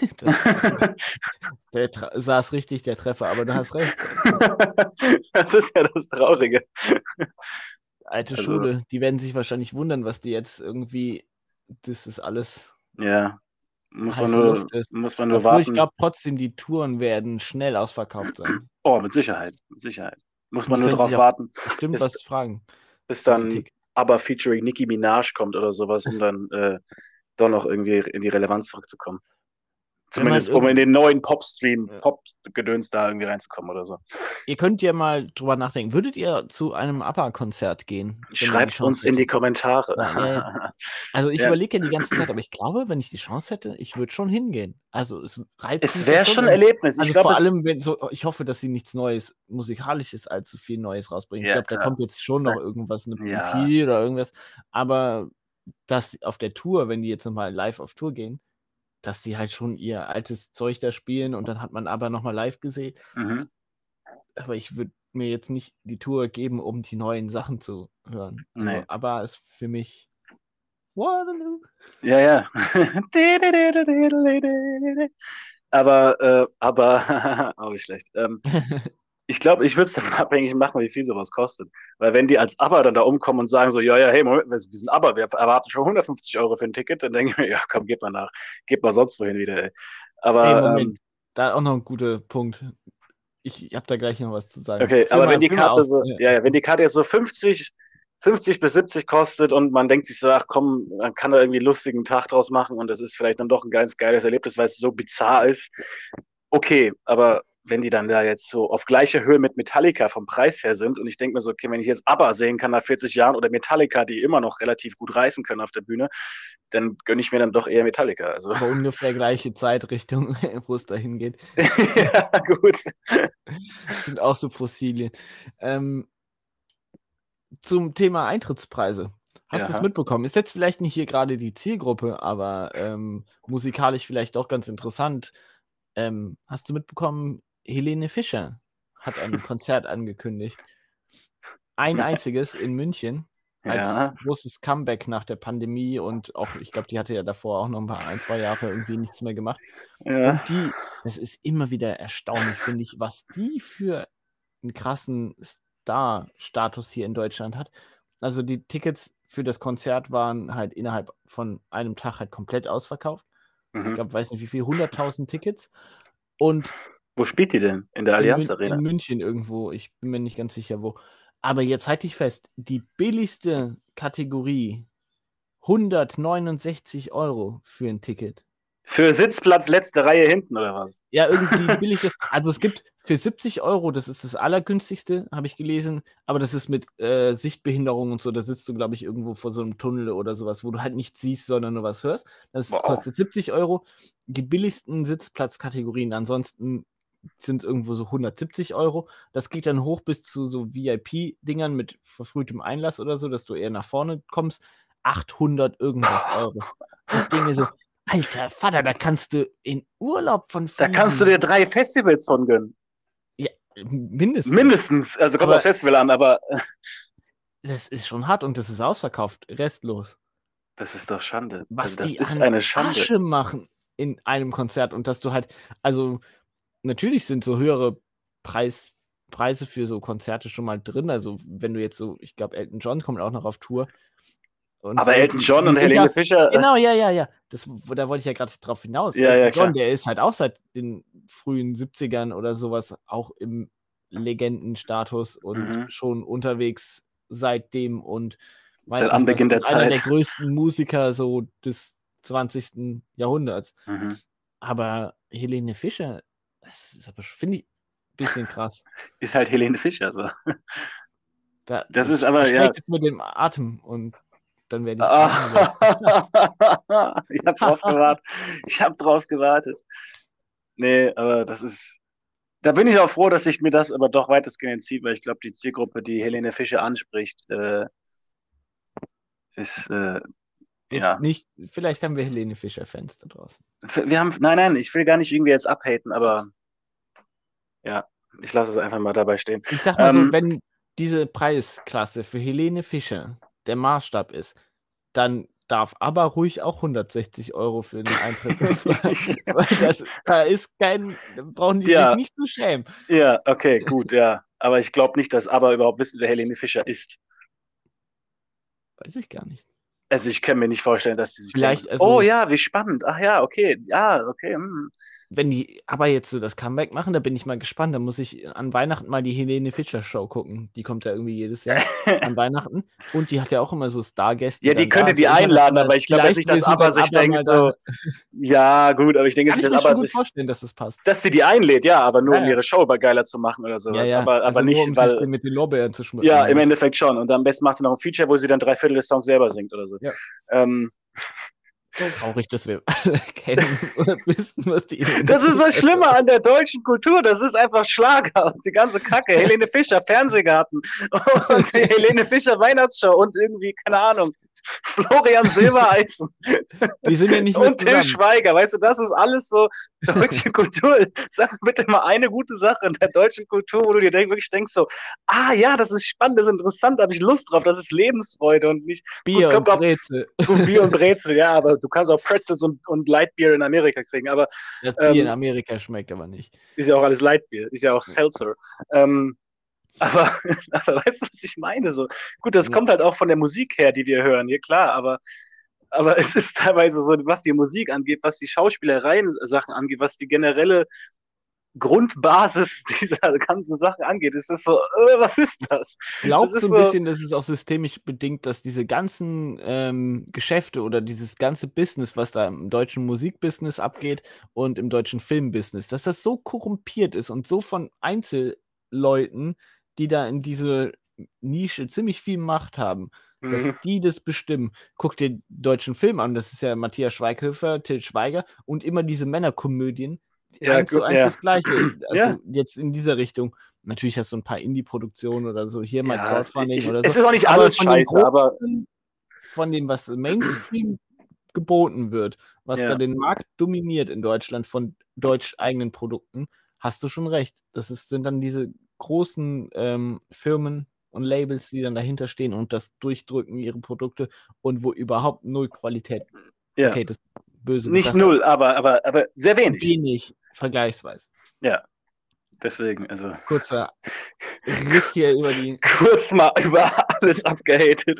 Der saß richtig, der Treffer, aber du hast recht. Das ist ja das Traurige. Alte Schule, die werden sich wahrscheinlich wundern, was die jetzt irgendwie, das ist alles... Ja, heiße Luft ist. Muss man nur Obwohl ich warten. glaube trotzdem, die Touren werden schnell ausverkauft sein. Oh, mit Sicherheit. Muss man Die nur können drauf sich auch warten, bestimmt bis, was fragen bis für die dann Tickets. aber featuring Nicki Minaj kommt oder sowas, um dann doch noch irgendwie in die Relevanz zurückzukommen. Wenn man Zumindest um in den neuen Pop-Stream, Ja. Pop-Gedöns da irgendwie reinzukommen oder so. Ihr könnt ja mal drüber nachdenken. Würdet ihr zu einem ABBA-Konzert gehen? wenn ihr die Schreibt Chance uns in die hättet? Kommentare. Ja. Also ich Ja. überlege ja die ganze Zeit, aber ich glaube, wenn ich die Chance hätte, ich würde schon hingehen. Also es reizt Es mich wäre ja schon ein und Erlebnis. Ich also glaube, vor allem, wenn so, ich hoffe, dass sie nichts Neues, Musikalisches, allzu viel Neues rausbringen. Ich Ja, glaube, da klar. kommt jetzt schon noch irgendwas, eine Ja. EP oder irgendwas. Aber dass auf der Tour, wenn die jetzt nochmal live auf Tour gehen, dass die halt schon ihr altes Zeug da spielen und dann hat man aber nochmal live gesehen. Mhm. Aber ich würde mir jetzt nicht die Tour geben, um die neuen Sachen zu hören. Also, Nee. ABBA ist für mich Waterloo. Ja. Aber auch nicht schlecht. Ich glaube, ich würde es davon abhängig machen, wie viel sowas kostet. Weil wenn die als ABBA dann da umkommen und sagen so, ja, hey, Moment, wir sind ABBA, wir erwarten schon 150 Euro für ein Ticket, dann denke ich mir, ja, komm, geht mal nach. Geht mal sonst wohin wieder, ey. Aber, Hey, Moment, da auch noch ein guter Punkt. Ich habe da gleich noch was zu sagen. okay, aber wenn die Karte aus. so, wenn die Karte jetzt so 50 bis 70 kostet und man denkt sich so, ach komm, man kann da irgendwie einen lustigen Tag draus machen und das ist vielleicht dann doch ein ganz geiles Erlebnis, weil es so bizarr ist. Okay, aber wenn die dann da jetzt so auf gleicher Höhe mit Metallica vom Preis her sind und ich denke mir so, okay, wenn ich jetzt ABBA sehen kann nach 40 Jahren oder Metallica, die immer noch relativ gut reißen können auf der Bühne, dann gönne ich mir dann doch eher Metallica. Also. Aber ungefähr gleiche Zeitrichtung, wo es dahin geht. Ja, gut. Das sind auch so Fossilien. Zum Thema Eintrittspreise. Hast du es mitbekommen? Ist jetzt vielleicht nicht hier gerade die Zielgruppe, aber musikalisch vielleicht doch ganz interessant. Hast du mitbekommen, Helene Fischer hat ein Konzert angekündigt. Ein einziges in München. Als großes Comeback nach der Pandemie und auch, ich glaube, die hatte ja davor auch noch ein, 2 Jahre irgendwie nichts mehr gemacht. Ja. Und das ist immer wieder erstaunlich, finde ich, was die für einen krassen Star-Status hier in Deutschland hat. Also die Tickets für das Konzert waren halt innerhalb von einem Tag halt komplett ausverkauft. Ich glaube, weiß nicht wie viel, 100.000 Tickets. Und wo spielt die denn? In der Allianz Arena? In München irgendwo, ich bin mir nicht ganz sicher wo. Aber jetzt halte ich fest, die billigste Kategorie, 169 Euro für ein Ticket. Für Sitzplatz letzte Reihe hinten, oder was? Ja, irgendwie die billigste. Also es gibt für 70 Euro, das ist das allergünstigste, habe ich gelesen, aber das ist mit Sichtbehinderung und so, da sitzt du, glaube ich, irgendwo vor so einem Tunnel oder sowas, wo du halt nichts siehst, sondern nur was hörst. Das kostet 70 Euro. Die billigsten Sitzplatzkategorien, ansonsten sind irgendwo so 170 Euro. Das geht dann hoch bis zu so VIP-Dingern mit verfrühtem Einlass oder so, dass du eher nach vorne kommst. 800 irgendwas Euro. Ich denke mir so, alter Vater, da kannst du in Urlaub von fliegen. Da kannst du dir 3 Festivals von gönnen. Ja, mindestens. Mindestens. Also kommt aufs Festival an, aber. Das ist schon hart und das ist ausverkauft. Restlos. Das ist doch Schande. Was das die ist an eine Schande. Asche machen in einem Konzert und dass du halt, also natürlich sind so höhere Preise für so Konzerte schon mal drin. Also wenn du jetzt so, ich glaube, Elton John kommt auch noch auf Tour. Und aber so, Elton John und Helene Fischer. Genau, ja. Da wollte ich ja gerade drauf hinaus. Elton John, der ist halt auch seit den frühen 70ern oder sowas auch im Legendenstatus und schon unterwegs seitdem und seit Anbeginn der Zeit. Einer der größten Musiker so des 20. Jahrhunderts. Aber Helene Fischer, das finde ich ein bisschen krass. Ist halt Helene Fischer so. Das ist aber, es mit dem Atem und dann werde ich Ich habe drauf gewartet. Nee, aber das ist. Da bin ich auch froh, dass ich mir das aber doch weitestgehend entziehe, weil ich glaube, die Zielgruppe, die Helene Fischer anspricht, ist nicht. Vielleicht haben wir Helene Fischer-Fans da draußen. Nein, ich will gar nicht irgendwie jetzt abhaten, aber ja, ich lasse es einfach mal dabei stehen. Ich sag mal so, wenn diese Preisklasse für Helene Fischer der Maßstab ist, dann darf aber ruhig auch 160 Euro für den Eintritt brauchen die sich nicht zu schämen. Ja, okay, gut, ja. Aber ich glaube nicht, dass aber überhaupt wissen, wer Helene Fischer ist. Weiß ich gar nicht. Also ich kann mir nicht vorstellen, dass die sich denken, Vielleicht, oh also, ja, wie spannend. Ach ja, okay, ja, okay. wenn die aber jetzt so das Comeback machen, da bin ich mal gespannt. Da muss ich an Weihnachten mal die Helene Fischer Show gucken. Die kommt ja irgendwie jedes Jahr an Weihnachten. Und die hat ja auch immer so Stargäste Ja, die dann da, könnte so die einladen, international. aber ich glaube jetzt Vielleicht nicht, dass sind ABBA dann sich ABBA denkt mal da. so, ja, gut, aber ich denke jetzt Kann nicht, ich dass mir schon ABBA gut sich, vorstellen, dass das passt. dass sie die einlädt, ja, aber nur Ja, um ja. ihre Show geiler zu machen oder Ja, sowas. ja. Aber Also nur, nicht, um sich weil, mit den Lorbeeren zu schmücken, ja, meine im ich. Endeffekt schon. Und am besten macht sie noch ein Feature, wo sie dann 3/4 des Songs selber singt oder so. Ja. Ähm, Traurig, dass wir alle kennen oder wissen, was die Helene Das ist das Fischer Schlimme an der deutschen Kultur. Das ist einfach Schlager und die ganze Kacke. Helene Fischer, Fernsehgarten und die Helene Fischer Weihnachtsshow und irgendwie, keine Ahnung, Florian Silbereisen Die sind ja nicht mehr und Till zusammen. Schweiger. Weißt du, das ist alles so deutsche Kultur. Sag bitte mal eine gute Sache in der deutschen Kultur, wo du dir wirklich denkst so, ah ja, das ist spannend, das ist interessant, da habe ich Lust drauf, das ist Lebensfreude und nicht, gut, Bier und kommt auf Brezel. gut Bier und Brezel, ja, aber du kannst auch Pretzels und Lightbier in Amerika kriegen, aber Das Bier in ähm, Amerika schmeckt aber nicht. ist ja auch alles Lightbier, ist ja auch Seltzer. Aber, aber weißt du, was ich meine? So, gut, das Ja. kommt halt auch von der Musik her, die wir hören, ja klar, aber es ist teilweise so, was die Musik angeht, was die Schauspielereien-Sachen angeht, was die generelle Grundbasis dieser ganzen Sachen angeht, ist das so, was ist das? Das Glaubt so ist ein so, bisschen, das ist auch systemisch bedingt, dass diese ganzen Geschäfte oder dieses ganze Business, was da im deutschen Musikbusiness abgeht und im deutschen Filmbusiness, dass das so korrumpiert ist und so von Einzelleuten, die da in diese Nische ziemlich viel Macht haben, dass die das bestimmen. Guck dir den deutschen Film an, das ist ja Matthias Schweighöfer, Til Schweiger und immer diese Männerkomödien, ja, 1:1 ja, das Gleiche. ja, Also jetzt in dieser Richtung. Natürlich hast du ein paar Indie-Produktionen oder so, hier mal ja, Crowdfunding oder so. es ist auch nicht Aber alles von dem scheiße, aber Großen, von dem, was Mainstream geboten wird, was da ja, den Markt dominiert in Deutschland von deutsch-eigenen Produkten, hast du schon recht. Sind dann diese großen Firmen und Labels, die dann dahinter stehen und das durchdrücken, ihre Produkte und wo überhaupt null Qualität. ja, Okay, das ist böse nicht gesagt, null, aber sehr wenig. wenig vergleichsweise. Ja, deswegen, also. Kurzer Riss hier über die. Kurz mal über alles abgehatet.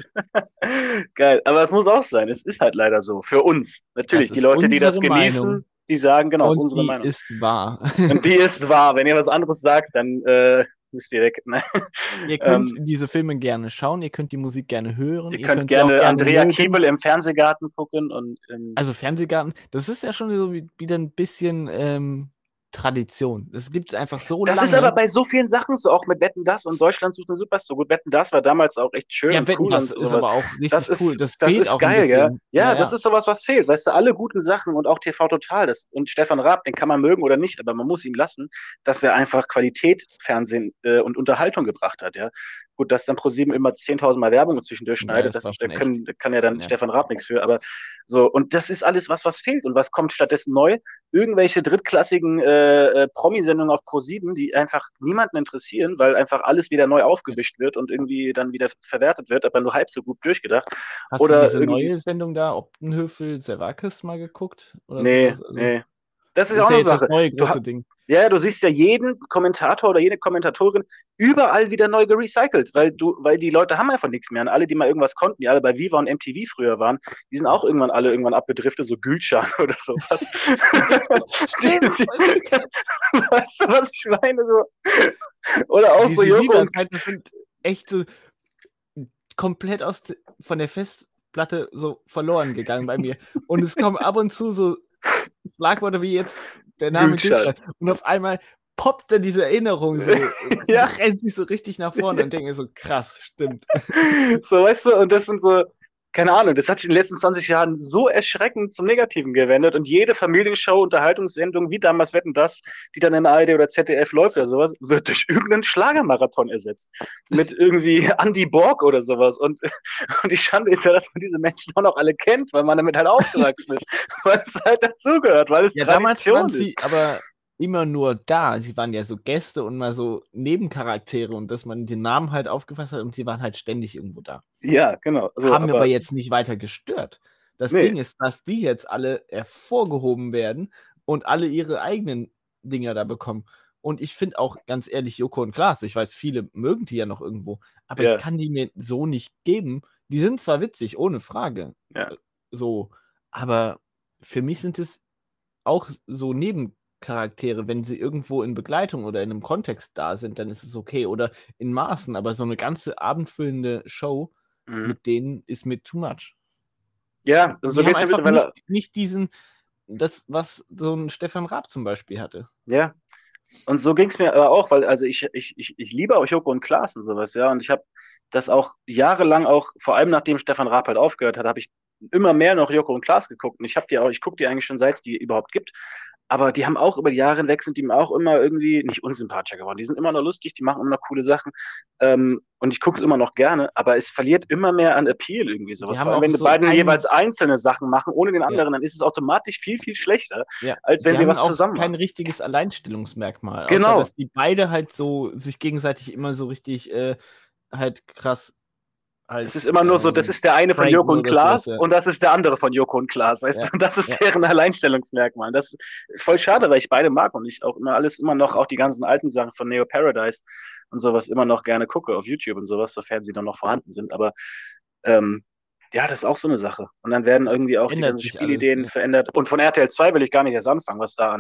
Geil. Aber es muss auch sein. Es ist halt leider so. Für uns. Natürlich, Das die ist Leute, die das unsere genießen, Meinung die sagen, genau, ist und unsere die Meinung. ist wahr. Und die ist wahr. Wenn ihr was anderes sagt, dann müsst ihr weg. Ne? Ihr könnt diese Filme gerne schauen, ihr könnt die Musik gerne hören, Ihr ihr könnt könnt sie auch gerne gerne Andrea mögen. Kiebel im Fernsehgarten gucken. Also Fernsehgarten, das ist ja schon so wieder ein bisschen Tradition. Das gibt es einfach so das lange. ist aber bei so vielen Sachen so, auch mit Wetten, das und Deutschland sucht eine Superstar. Gut, Wetten, das war damals auch echt schön Ja, und Wetten, cool das und ist sowas. aber auch Das richtig cool. Das das fehlt ist auch ein geil, gell? bisschen. Ja, Ja, das ist sowas, was fehlt. Weißt du, alle guten Sachen und auch TV Total. Und Stefan Raab, den kann man mögen oder nicht, aber man muss ihm lassen, dass er einfach Qualität, Fernsehen und Unterhaltung gebracht hat, ja. Gut, dass dann ProSieben immer 10.000 Mal Werbung zwischendurch Ja, schneidet, das war da schon echt kann ja dann Stefan Raab nervig. nichts für, aber so, und das ist alles, was fehlt. Und was kommt stattdessen neu? Irgendwelche drittklassigen Promisendungen auf ProSieben, die einfach niemanden interessieren, weil einfach alles wieder neu aufgewischt wird und irgendwie dann wieder verwertet wird, aber nur halb so gut durchgedacht. Hast du Oder diese irgendwie, neue Sendung da, Optenhövel, Servakis, mal geguckt oder nee, sowas? Also, nee. Das ist ist auch ja eine jetzt das Sache. neue große Ding. Ja, du siehst ja jeden Kommentator oder jede Kommentatorin überall wieder neu gerecycelt, weil die Leute haben einfach nichts mehr. Und alle, die mal irgendwas konnten, die alle bei Viva und MTV früher waren, die sind auch irgendwann abgedriftet, so Gülcan oder sowas. Stimmt. Weißt du, was ich meine? So. Oder auch Diese so Joko und Viva-Zeiten sind echt so komplett von der Festplatte so verloren gegangen bei mir. Und es kommen ab und zu so Schlagworte wie jetzt der Name Gülcan. Gülcan. Und auf einmal poppt dann diese Erinnerung so und Ja. rennt sich so richtig nach vorne und denkt mir so, krass, stimmt. So, weißt du, und das sind so, keine Ahnung, das hat sich in den letzten 20 Jahren so erschreckend zum Negativen gewendet und jede Familienshow, Unterhaltungssendung, wie damals Wetten, das, die dann in ARD oder ZDF läuft oder sowas, wird durch irgendeinen Schlagermarathon ersetzt. Mit irgendwie Andy Borg oder sowas. Und die Schande ist ja, dass man diese Menschen auch noch alle kennt, weil man damit halt aufgewachsen ist. Weil es halt dazugehört, weil es Ja, damals Tradition waren sie ist. aber immer nur da. Sie waren ja so Gäste und mal so Nebencharaktere und dass man den Namen halt aufgefasst hat und sie waren halt ständig irgendwo da. Ja, genau. So, Haben aber jetzt nicht weiter gestört. Das nee. Ding ist, dass die jetzt alle hervorgehoben werden und alle ihre eigenen Dinger da bekommen. Und ich finde auch, ganz ehrlich, Joko und Klaas, ich weiß, viele mögen die ja noch irgendwo, aber Ja. ich kann die mir so nicht geben, die sind zwar witzig, ohne Frage, Ja. so, aber für mich sind es auch so Nebencharaktere. Wenn sie irgendwo in Begleitung oder in einem Kontext da sind, dann ist es okay. Oder in Maßen, aber so eine ganze abendfüllende Show mit denen ist mir too much. Ja, so Die haben geht's mir einfach mittlerweile. nicht das, was so ein Stefan Raab zum Beispiel hatte. Ja. Und so ging es mir aber auch, weil also ich liebe auch Joko und Klaas und sowas, ja. Und ich habe das auch jahrelang auch, vor allem nachdem Stefan Raab halt aufgehört hat, habe ich immer mehr noch Joko und Klaas geguckt. Und ich gucke die eigentlich schon seit es die überhaupt gibt. Aber die haben auch über die Jahre hinweg sind die mir auch immer irgendwie nicht unsympathischer geworden. Die sind immer noch lustig, die machen immer noch coole Sachen. Und ich gucke es immer noch gerne, aber es verliert immer mehr an Appeal irgendwie sowas. Die haben Vor allem, auch wenn die so beiden keinen- jeweils einzelne Sachen machen, ohne den Ja. anderen, dann ist es automatisch viel, viel schlechter, Ja, als wenn die sie haben was auch zusammen kein machen. richtiges Alleinstellungsmerkmal, Genau. außer dass die beide halt so sich gegenseitig immer so richtig halt krass halt. Es ist immer nur so, das ist der eine von pranken Joko und oder Klaas sowas, ja. und das ist der andere von Joko und Klaas, weißt Ja, du? Und das ist ja. deren Alleinstellungsmerkmal. Das ist voll schade, weil ich beide mag und ich auch immer noch, auch die ganzen alten Sachen von Neo Paradise und sowas immer noch gerne gucke auf YouTube und sowas, sofern sie dann noch vorhanden sind. Aber ja, das ist auch so eine Sache. Und dann werden irgendwie auch die Ändert ganzen sich Spielideen alles, ja. verändert. Und von RTL 2 will ich gar nicht erst anfangen, was da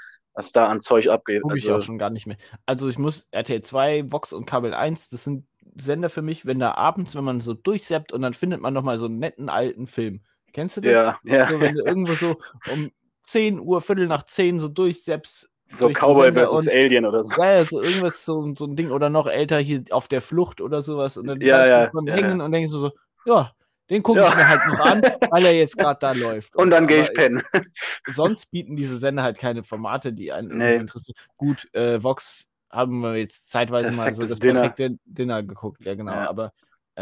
an Zeug abgeht. Gucke ich auch schon gar nicht mehr. Also ich muss RTL 2, Vox und Kabel 1, das sind Sender für mich, wenn da abends, wenn man so durchsappt und dann findet man nochmal so einen netten alten Film. Kennst du das? Ja, ja. So, wenn du irgendwo so um 10 Uhr, Viertel nach 10 so durchsappst. So durch den Cowboy Sender vs. und Alien oder so. ja, so irgendwas, so ein Ding oder noch älter hier auf der Flucht oder sowas und dann Ja, bleibst ja, du von ja, hängen und denkst so, ja, den gucke Ja. ich mir halt noch an, weil er jetzt gerade da läuft. Und dann so. gehe Aber ich pennen. sonst bieten diese Sender halt keine Formate, die einen irgendwie Nee. interessieren. Gut, Vox haben wir jetzt zeitweise mal so Perfektes das Dinner. perfekte Dinner geguckt, ja genau, Ja. aber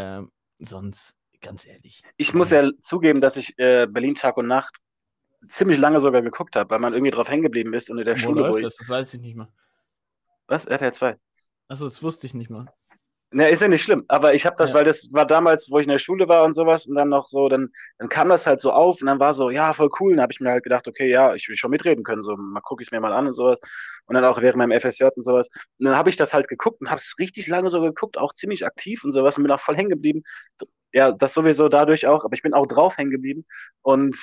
sonst, ganz ehrlich. Ich muss ja zugeben, dass ich Berlin Tag und Nacht ziemlich lange sogar geguckt habe, weil man irgendwie drauf hängen geblieben ist und in der Wo Schule, läuft das? Das weiß ich nicht mal. Was? RTL 2. Achso, das wusste ich nicht mal. Ne, ist ja nicht schlimm, aber ich habe das, Ja. weil das war damals, wo ich in der Schule war und sowas und dann noch so, dann kam das halt so auf und dann war so, ja, voll cool. Und dann habe ich mir halt gedacht, okay, ja, ich will schon mitreden können, so mal gucke ich es mir mal an und sowas. Und dann auch während meinem FSJ und sowas. Und dann habe ich das halt geguckt und habe es richtig lange so geguckt, auch ziemlich aktiv und sowas und bin auch voll hängen geblieben. Ja, das sowieso dadurch auch, aber ich bin auch drauf hängen geblieben und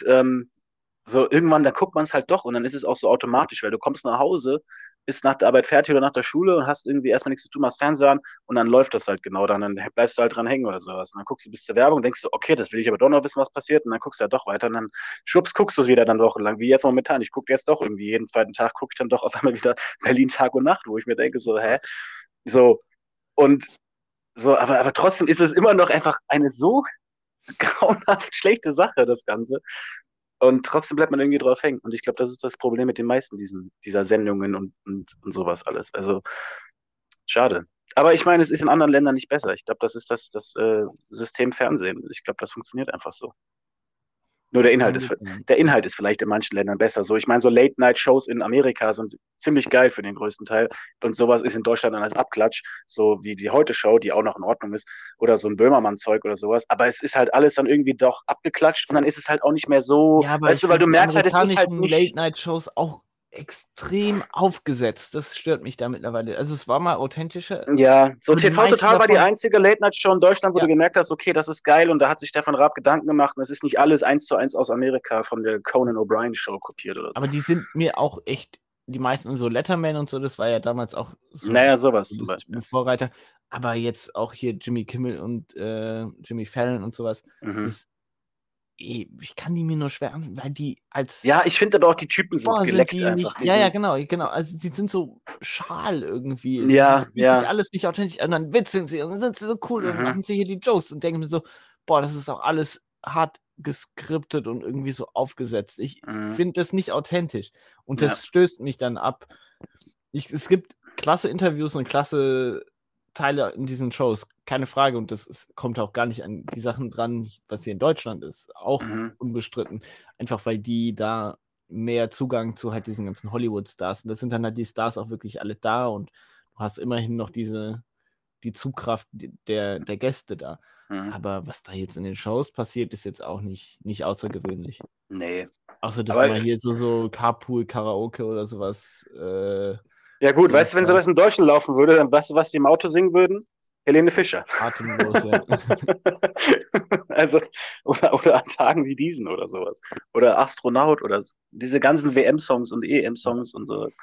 so irgendwann, da guckt man es halt doch und dann ist es auch so automatisch, weil du kommst nach Hause, bist nach der Arbeit fertig oder nach der Schule und hast irgendwie erstmal nichts zu tun, machst Fernseher an und dann läuft das halt genau dann bleibst du halt dran hängen oder sowas. Und dann guckst du bis zur Werbung, denkst du, okay, das will ich aber doch noch wissen, was passiert und dann guckst du ja doch weiter und dann schwupps, guckst du es wieder dann wochenlang, wie jetzt momentan. Ich gucke jetzt doch irgendwie jeden zweiten Tag, gucke ich dann doch auf einmal wieder Berlin Tag und Nacht, wo ich mir denke, so, hä? So, und so, aber trotzdem ist es immer noch einfach eine so grauenhaft schlechte Sache, das Ganze. Und trotzdem bleibt man irgendwie drauf hängen. Und ich glaube, das ist das Problem mit den meisten dieser Sendungen und sowas alles. Also, schade. Aber ich meine, es ist in anderen Ländern nicht besser. Ich glaube, das ist das System Fernsehen. Ich glaube, das funktioniert einfach so. Nur der Inhalt ist vielleicht in manchen Ländern besser. So, ich meine, so Late-Night-Shows in Amerika sind ziemlich geil für den größten Teil. Und sowas ist in Deutschland dann als Abklatsch, so wie die Heute-Show, die auch noch in Ordnung ist, oder so ein Böhmermann-Zeug oder sowas. Aber es ist halt alles dann irgendwie doch abgeklatscht und dann ist es halt auch nicht mehr so, Ja, aber weißt du, weil du merkst halt, es ist halt nicht. Late-Night-Shows auch extrem aufgesetzt. Das stört mich da mittlerweile. Also es war mal authentischer. Ja, so Aber die TV meisten Total war die davon- einzige Late-Night-Show in Deutschland, wo Ja. du gemerkt hast, okay, das ist geil und da hat sich Stefan Raab Gedanken gemacht und es ist nicht alles 1:1 aus Amerika von der Conan O'Brien Show kopiert oder so. Aber die sind mir auch echt, die meisten so Letterman und so, das war ja damals auch so Naja, sowas so zum das Beispiel. Vorreiter. Aber jetzt auch hier Jimmy Kimmel und Jimmy Fallon und sowas, ich kann die mir nur schwer an, weil die als Ja, ich finde aber auch, die Typen sind sind geleckt die einfach. nicht. Ja, genau. Also die sind so schal irgendwie. Ja, Das ist ja. wirklich alles nicht authentisch. Und dann witzeln sie und dann sind sie so cool und machen sie hier die Jokes und denken mir so, boah, das ist auch alles hart geskriptet und irgendwie so aufgesetzt. Ich finde das nicht authentisch. Und das stößt mich dann ab. Es gibt klasse Interviews und klasse Teile in diesen Shows, keine Frage. Und kommt auch gar nicht an die Sachen dran, was hier in Deutschland ist. Auch unbestritten. Einfach weil die da mehr Zugang zu halt diesen ganzen Hollywood-Stars. Und das sind dann halt die Stars auch wirklich alle da und du hast immerhin noch die Zugkraft der Gäste da. Aber was da jetzt in den Shows passiert, ist jetzt auch nicht außergewöhnlich. Nee. Außer dass mal hier so Carpool, Karaoke oder sowas. Ja gut, weißt du, wenn sowas in Deutschland laufen würde, dann weißt du, was die im Auto singen würden? Helene Fischer. Atemlos, ja. Also, oder an Tagen wie diesen oder sowas. Oder Astronaut oder diese ganzen WM-Songs und EM-Songs und so.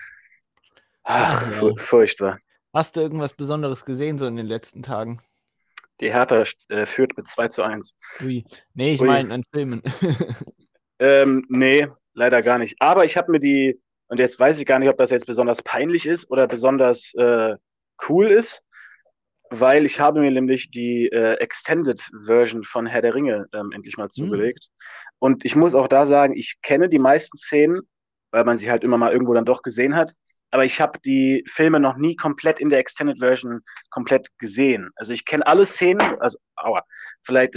Ach, ja. furchtbar. Hast du irgendwas Besonderes gesehen so in den letzten Tagen? Die Hertha führt mit 2:1. Ui. Nee, ich Ui. meine an Filmen. Nee, leider gar nicht. Aber ich habe mir und jetzt weiß ich gar nicht, ob das jetzt besonders peinlich ist oder besonders cool ist, weil ich habe mir nämlich die Extended Version von Herr der Ringe endlich mal zugelegt. Und ich muss auch da sagen, ich kenne die meisten Szenen, weil man sie halt immer mal irgendwo dann doch gesehen hat. Aber ich habe die Filme noch nie komplett in der Extended Version komplett gesehen. Also ich kenne alle Szenen, also vielleicht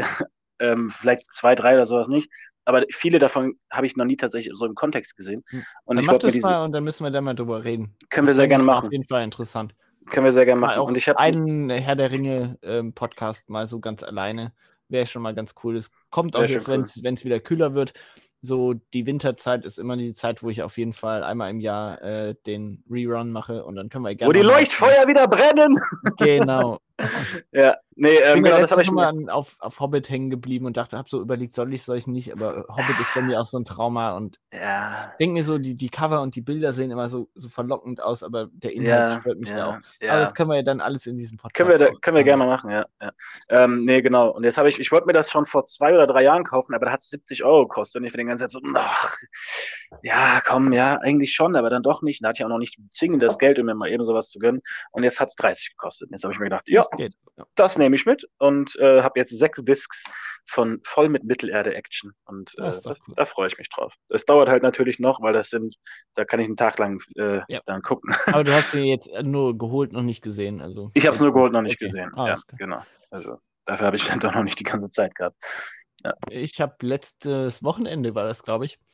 2, 3 oder sowas nicht. Aber viele davon habe ich noch nie tatsächlich so im Kontext gesehen. Und dann ich mach wollte mir das mal und dann müssen wir da mal drüber reden. Können wir sehr gerne machen. Auf jeden Fall interessant. Können wir sehr gerne machen. Auch Und ich habe einen Herr der Ringe Podcast mal so ganz alleine. Wäre schon mal ganz cool. Es kommt auch jetzt, wenn es wieder kühler wird. So die Winterzeit ist immer die Zeit, wo ich auf jeden Fall einmal im Jahr den Rerun mache und dann können wir gerne. Wo die Leuchtfeuer wieder brennen! Genau. Ja, nee, genau, das habe ich mal auf Hobbit hängen geblieben und habe so überlegt, soll ich nicht, aber Hobbit ist bei mir auch so ein Trauma und denke mir so, die Cover und die Bilder sehen immer so verlockend aus, aber der Inhalt stört mich da auch. Ja. Aber das können wir ja dann alles in diesem Podcast können wir gerne mal machen, ja. Nee, genau. Und jetzt ich wollte mir das schon vor 2 oder 3 Jahren kaufen, aber da hat es 70 € gekostet und ich bin die ganze Zeit so, ach, ja, komm, ja, eigentlich schon, aber dann doch nicht. Da hatte ich auch noch nicht zwingend das Geld, um mir mal eben sowas zu gönnen. Und jetzt hat es 30 gekostet. Und jetzt habe ich mir gedacht, ja, das nehme ich mit und habe jetzt 6 Discs voll mit Mittelerde-Action. Und da freue ich mich drauf. Es dauert halt natürlich noch, weil da kann ich einen Tag lang dann gucken. Aber du hast sie jetzt nur geholt, noch nicht gesehen. Also ich habe es nur geholt, noch nicht gesehen. Ja, genau. Also dafür habe ich dann doch noch nicht die ganze Zeit gehabt. Ja. Ich habe letztes Wochenende, war das, glaube ich,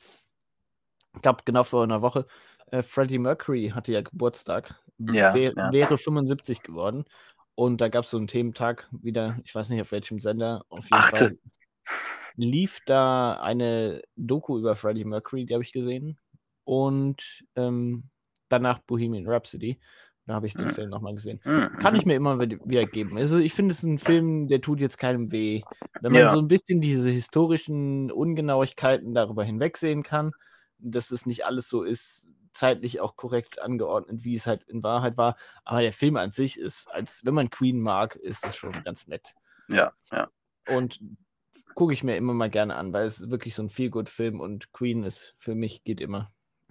genau vor einer Woche, Freddie Mercury hatte ja Geburtstag. Wäre 75 geworden. Und da gab es so einen Thementag wieder, ich weiß nicht auf welchem Sender, auf jeden Fall lief da eine Doku über Freddie Mercury, die habe ich gesehen. Und danach Bohemian Rhapsody. Da habe ich den Film nochmal gesehen. Kann ich mir immer wieder geben. Also ich finde, es ist ein Film, der tut jetzt keinem weh. Wenn man so ein bisschen diese historischen Ungenauigkeiten darüber hinwegsehen kann, dass es nicht alles so ist, zeitlich auch korrekt angeordnet, wie es halt in Wahrheit war. Aber der Film an sich ist, als wenn man Queen mag, ist es schon ganz nett. Ja. Und gucke ich mir immer mal gerne an, weil es wirklich so ein Feel-Good-Film und Queen ist für mich, geht immer.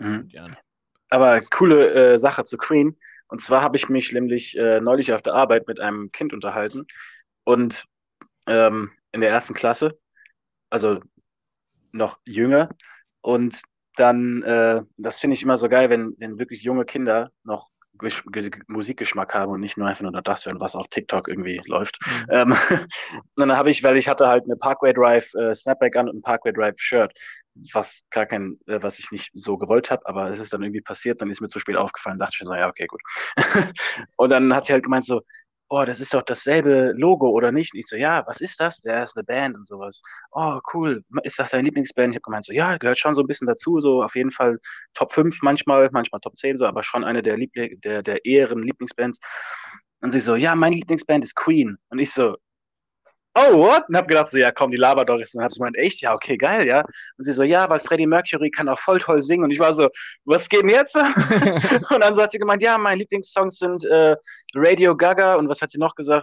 Aber coole Sache zu Queen. Und zwar habe ich mich nämlich neulich auf der Arbeit mit einem Kind unterhalten und in der 1. Klasse, also noch jünger. Und dann, das finde ich immer so geil, wenn wirklich junge Kinder noch Musikgeschmack haben und nicht nur einfach nur das hören, was auf TikTok irgendwie läuft. Und dann weil ich hatte halt eine Parkway Drive Snapback an und ein Parkway Drive Shirt, was was ich nicht so gewollt habe, aber es ist dann irgendwie passiert, dann ist mir zu spät aufgefallen, dachte ich mir so, ja, okay, gut. Und dann hat sie halt gemeint so, oh, das ist doch dasselbe Logo, oder nicht? Und ich so, ja, was ist das? Der ist eine Band und sowas. Oh, cool. Ist das deine Lieblingsband? Ich habe gemeint so, ja, gehört schon so ein bisschen dazu, so auf jeden Fall Top 5 manchmal Top 10 so, aber schon eine der eheren Lieblingsbands. Und sie so, ja, meine Lieblingsband ist Queen. Und ich so, oh, what? Und hab gedacht so, ja, komm, die labert doch jetzt. Und hab so gemeint, echt? Ja, okay, geil, ja. Und sie so, ja, weil Freddie Mercury kann auch voll toll singen. Und ich war so, was geht denn jetzt? Und dann so hat sie gemeint, ja, meine Lieblingssongs sind Radio Gaga und was hat sie noch gesagt?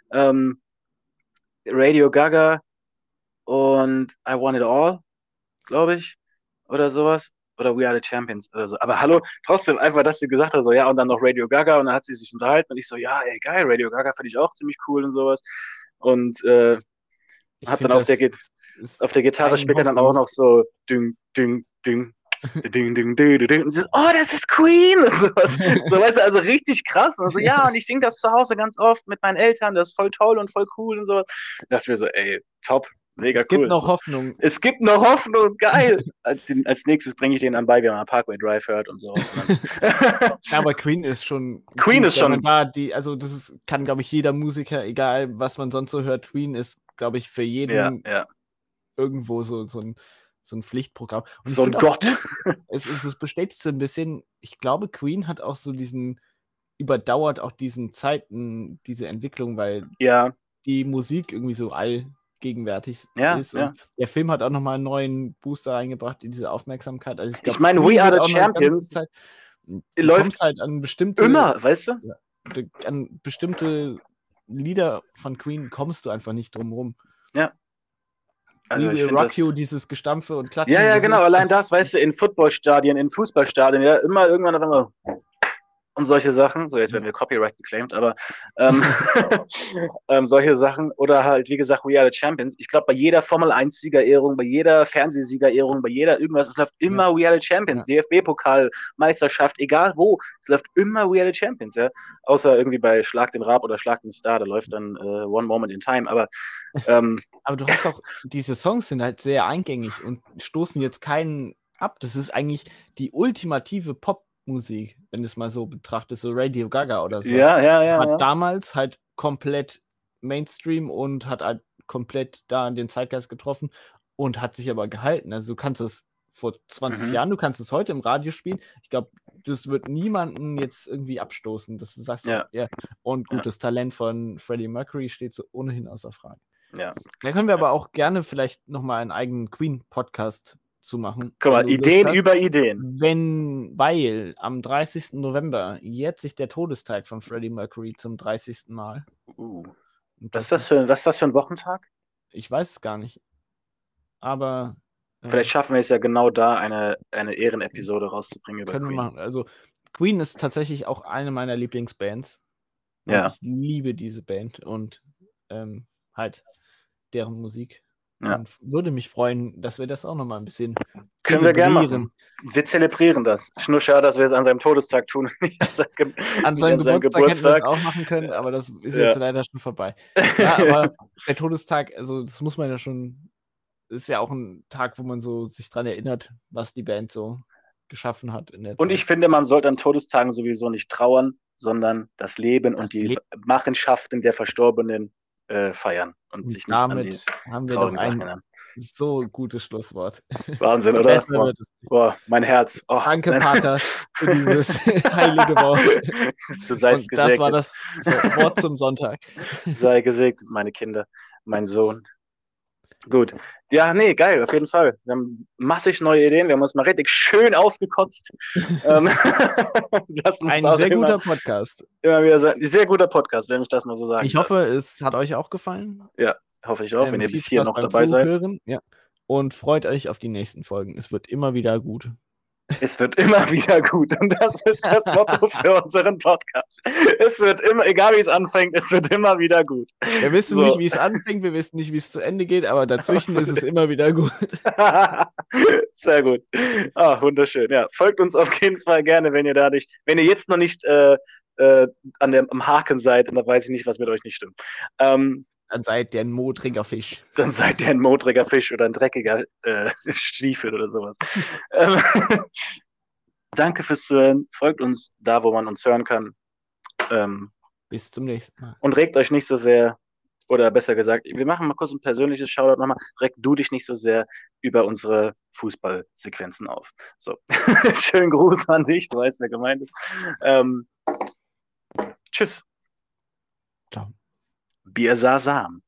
Radio Gaga und I Want It All, glaube ich, oder sowas. Oder We Are the Champions oder so. Aber hallo, trotzdem einfach, dass sie gesagt hat, so, ja, und dann noch Radio Gaga. Und dann hat sie sich unterhalten und ich so, ja, ey, geil, Radio Gaga finde ich auch ziemlich cool und sowas. Und hat dann auf der Gitarre spielt er dann auch noch so ding, ding, ding, ding, ding, ding, ding. Und sie so, oh, das ist Queen und sowas. So, weißt du, also richtig krass. Und so, ja, und ich singe das zu Hause ganz oft mit meinen Eltern, das ist voll toll und voll cool und sowas. Da dachte ich mir so, ey, top, mega cool. Es gibt noch Hoffnung. Es gibt noch Hoffnung, geil. Als nächstes bringe ich den an bei, wenn man Parkway Drive hört und so. Ja, aber Queen ist schon. Also das kann, glaube ich, jeder Musiker, egal was man sonst so hört, Queen ist, glaube ich, für jeden irgendwo so ein Pflichtprogramm. Und so ein Gott. Es bestätigt so ein bisschen, ich glaube, Queen hat auch so diesen überdauert auch diesen Zeiten, diese Entwicklung, weil Ja, die Musik irgendwie so allgegenwärtig ja, ist. ja. Und der Film hat auch nochmal einen neuen Booster reingebracht in diese Aufmerksamkeit. Also ich Ich glaube, meine, Queen We Are wird the auch noch eine ganze Champions Zeit. Du läuft kommst halt an bestimmte immer, weißt du? Lieder von Queen kommst du einfach nicht drum rum. Ja. Also We ich Will finde Rock You, das. dieses Gestampfe und Klatschen. Ja, ja, das genau. ist Allein das, weißt du, in Footballstadien, in Fußballstadien, ja, immer irgendwann auf einmal und solche Sachen. So, jetzt werden wir Copyright geclaimed, aber solche Sachen. Oder halt, wie gesagt, We Are the Champions. Ich glaube, bei jeder Formel-1-Siegerehrung, bei jeder Fernsehsiegerehrung, bei jeder irgendwas, es läuft immer We Are the Champions. DFB-Pokal, Meisterschaft, egal wo, es läuft immer We Are the Champions, ja. Außer irgendwie bei Schlag den Raab oder Schlag den Star, da läuft dann One Moment in Time, aber aber du hast auch, diese Songs sind halt sehr eingängig und stoßen jetzt keinen ab. Das ist eigentlich die ultimative Popmusik, wenn du es mal so betrachtest, so Radio Gaga oder sowas. Hat damals halt komplett Mainstream und hat halt komplett da den Zeitgeist getroffen und hat sich aber gehalten. Also du kannst es vor 20 Jahren, du kannst es heute im Radio spielen. Ich glaube, das wird niemanden jetzt irgendwie abstoßen. Das sagst du, ja. Und gutes Talent von Freddie Mercury steht so ohnehin außer Frage. Ja. Da können wir aber auch gerne vielleicht nochmal einen eigenen Queen-Podcast zu machen. Guck mal, Ideen über Ideen. Weil am 30. November jährt sich der Todestag von Freddie Mercury zum 30. Mal. Was ist das für ein Wochentag? Ich weiß es gar nicht. Aber vielleicht schaffen wir es ja genau da, eine Ehrenepisode rauszubringen über können Queen. Wir machen. Also Queen ist tatsächlich auch eine meiner Lieblingsbands. Ja. Ich liebe diese Band und halt deren Musik. Ja. Und würde mich freuen, dass wir das auch nochmal ein bisschen können wir gerne machen. Wir zelebrieren das. Nur schade, dass wir es an seinem Todestag tun. An seinem Geburtstag hätten wir es auch machen können, aber das ist jetzt leider schon vorbei. Ja, aber der Todestag, also das muss man ja schon, ist ja auch ein Tag, wo man so sich dran erinnert, was die Band so geschaffen hat in der Zeit. Und ich finde, man sollte an Todestagen sowieso nicht trauern, sondern das Leben und die Machenschaften der Verstorbenen feiern und sich nicht an die haben wir doch ein so gutes Schlusswort. Wahnsinn, oder? Boah, mein Herz. Oh, danke, Pater, für dieses heilige Wort. Du seist gesegnet. Das war das Wort zum Sonntag. Sei gesegnet, meine Kinder, mein Sohn. Gut. Ja, nee, geil, auf jeden Fall. Wir haben massig neue Ideen. Wir haben uns mal richtig schön ausgekotzt. Ein sehr guter Podcast. Immer wieder sein. Sehr guter Podcast, wenn ich das mal so sagen Ich hoffe, es hat euch auch gefallen. Ja, hoffe ich auch, wenn ihr bis hier noch dabei seid. Ja. Und freut euch auf die nächsten Folgen. Es wird immer wieder gut. Es wird immer wieder gut. Und das ist das Motto für unseren Podcast. Es wird immer, egal wie es anfängt, es wird immer wieder gut. Wir wissen nicht, wie es anfängt, wir wissen nicht, wie es zu Ende geht, aber dazwischen ist es immer wieder gut. Sehr gut. Wunderschön. Ja, folgt uns auf jeden Fall gerne, wenn ihr jetzt noch nicht am Haken seid, und da weiß ich nicht, was mit euch nicht stimmt. Dann seid ihr ein modriger Fisch. Dann seid ihr ein modriger Fisch oder ein dreckiger Stiefel oder sowas. Danke fürs Zuhören. Folgt uns da, wo man uns hören kann. Bis zum nächsten Mal. Und regt euch nicht so sehr, oder besser gesagt, wir machen mal kurz ein persönliches Shoutout nochmal. Regt du dich nicht so sehr über unsere Fußballsequenzen auf. So. Schönen Gruß an dich, du weißt, wer gemeint ist. Tschüss. Ciao. Bir Sasam.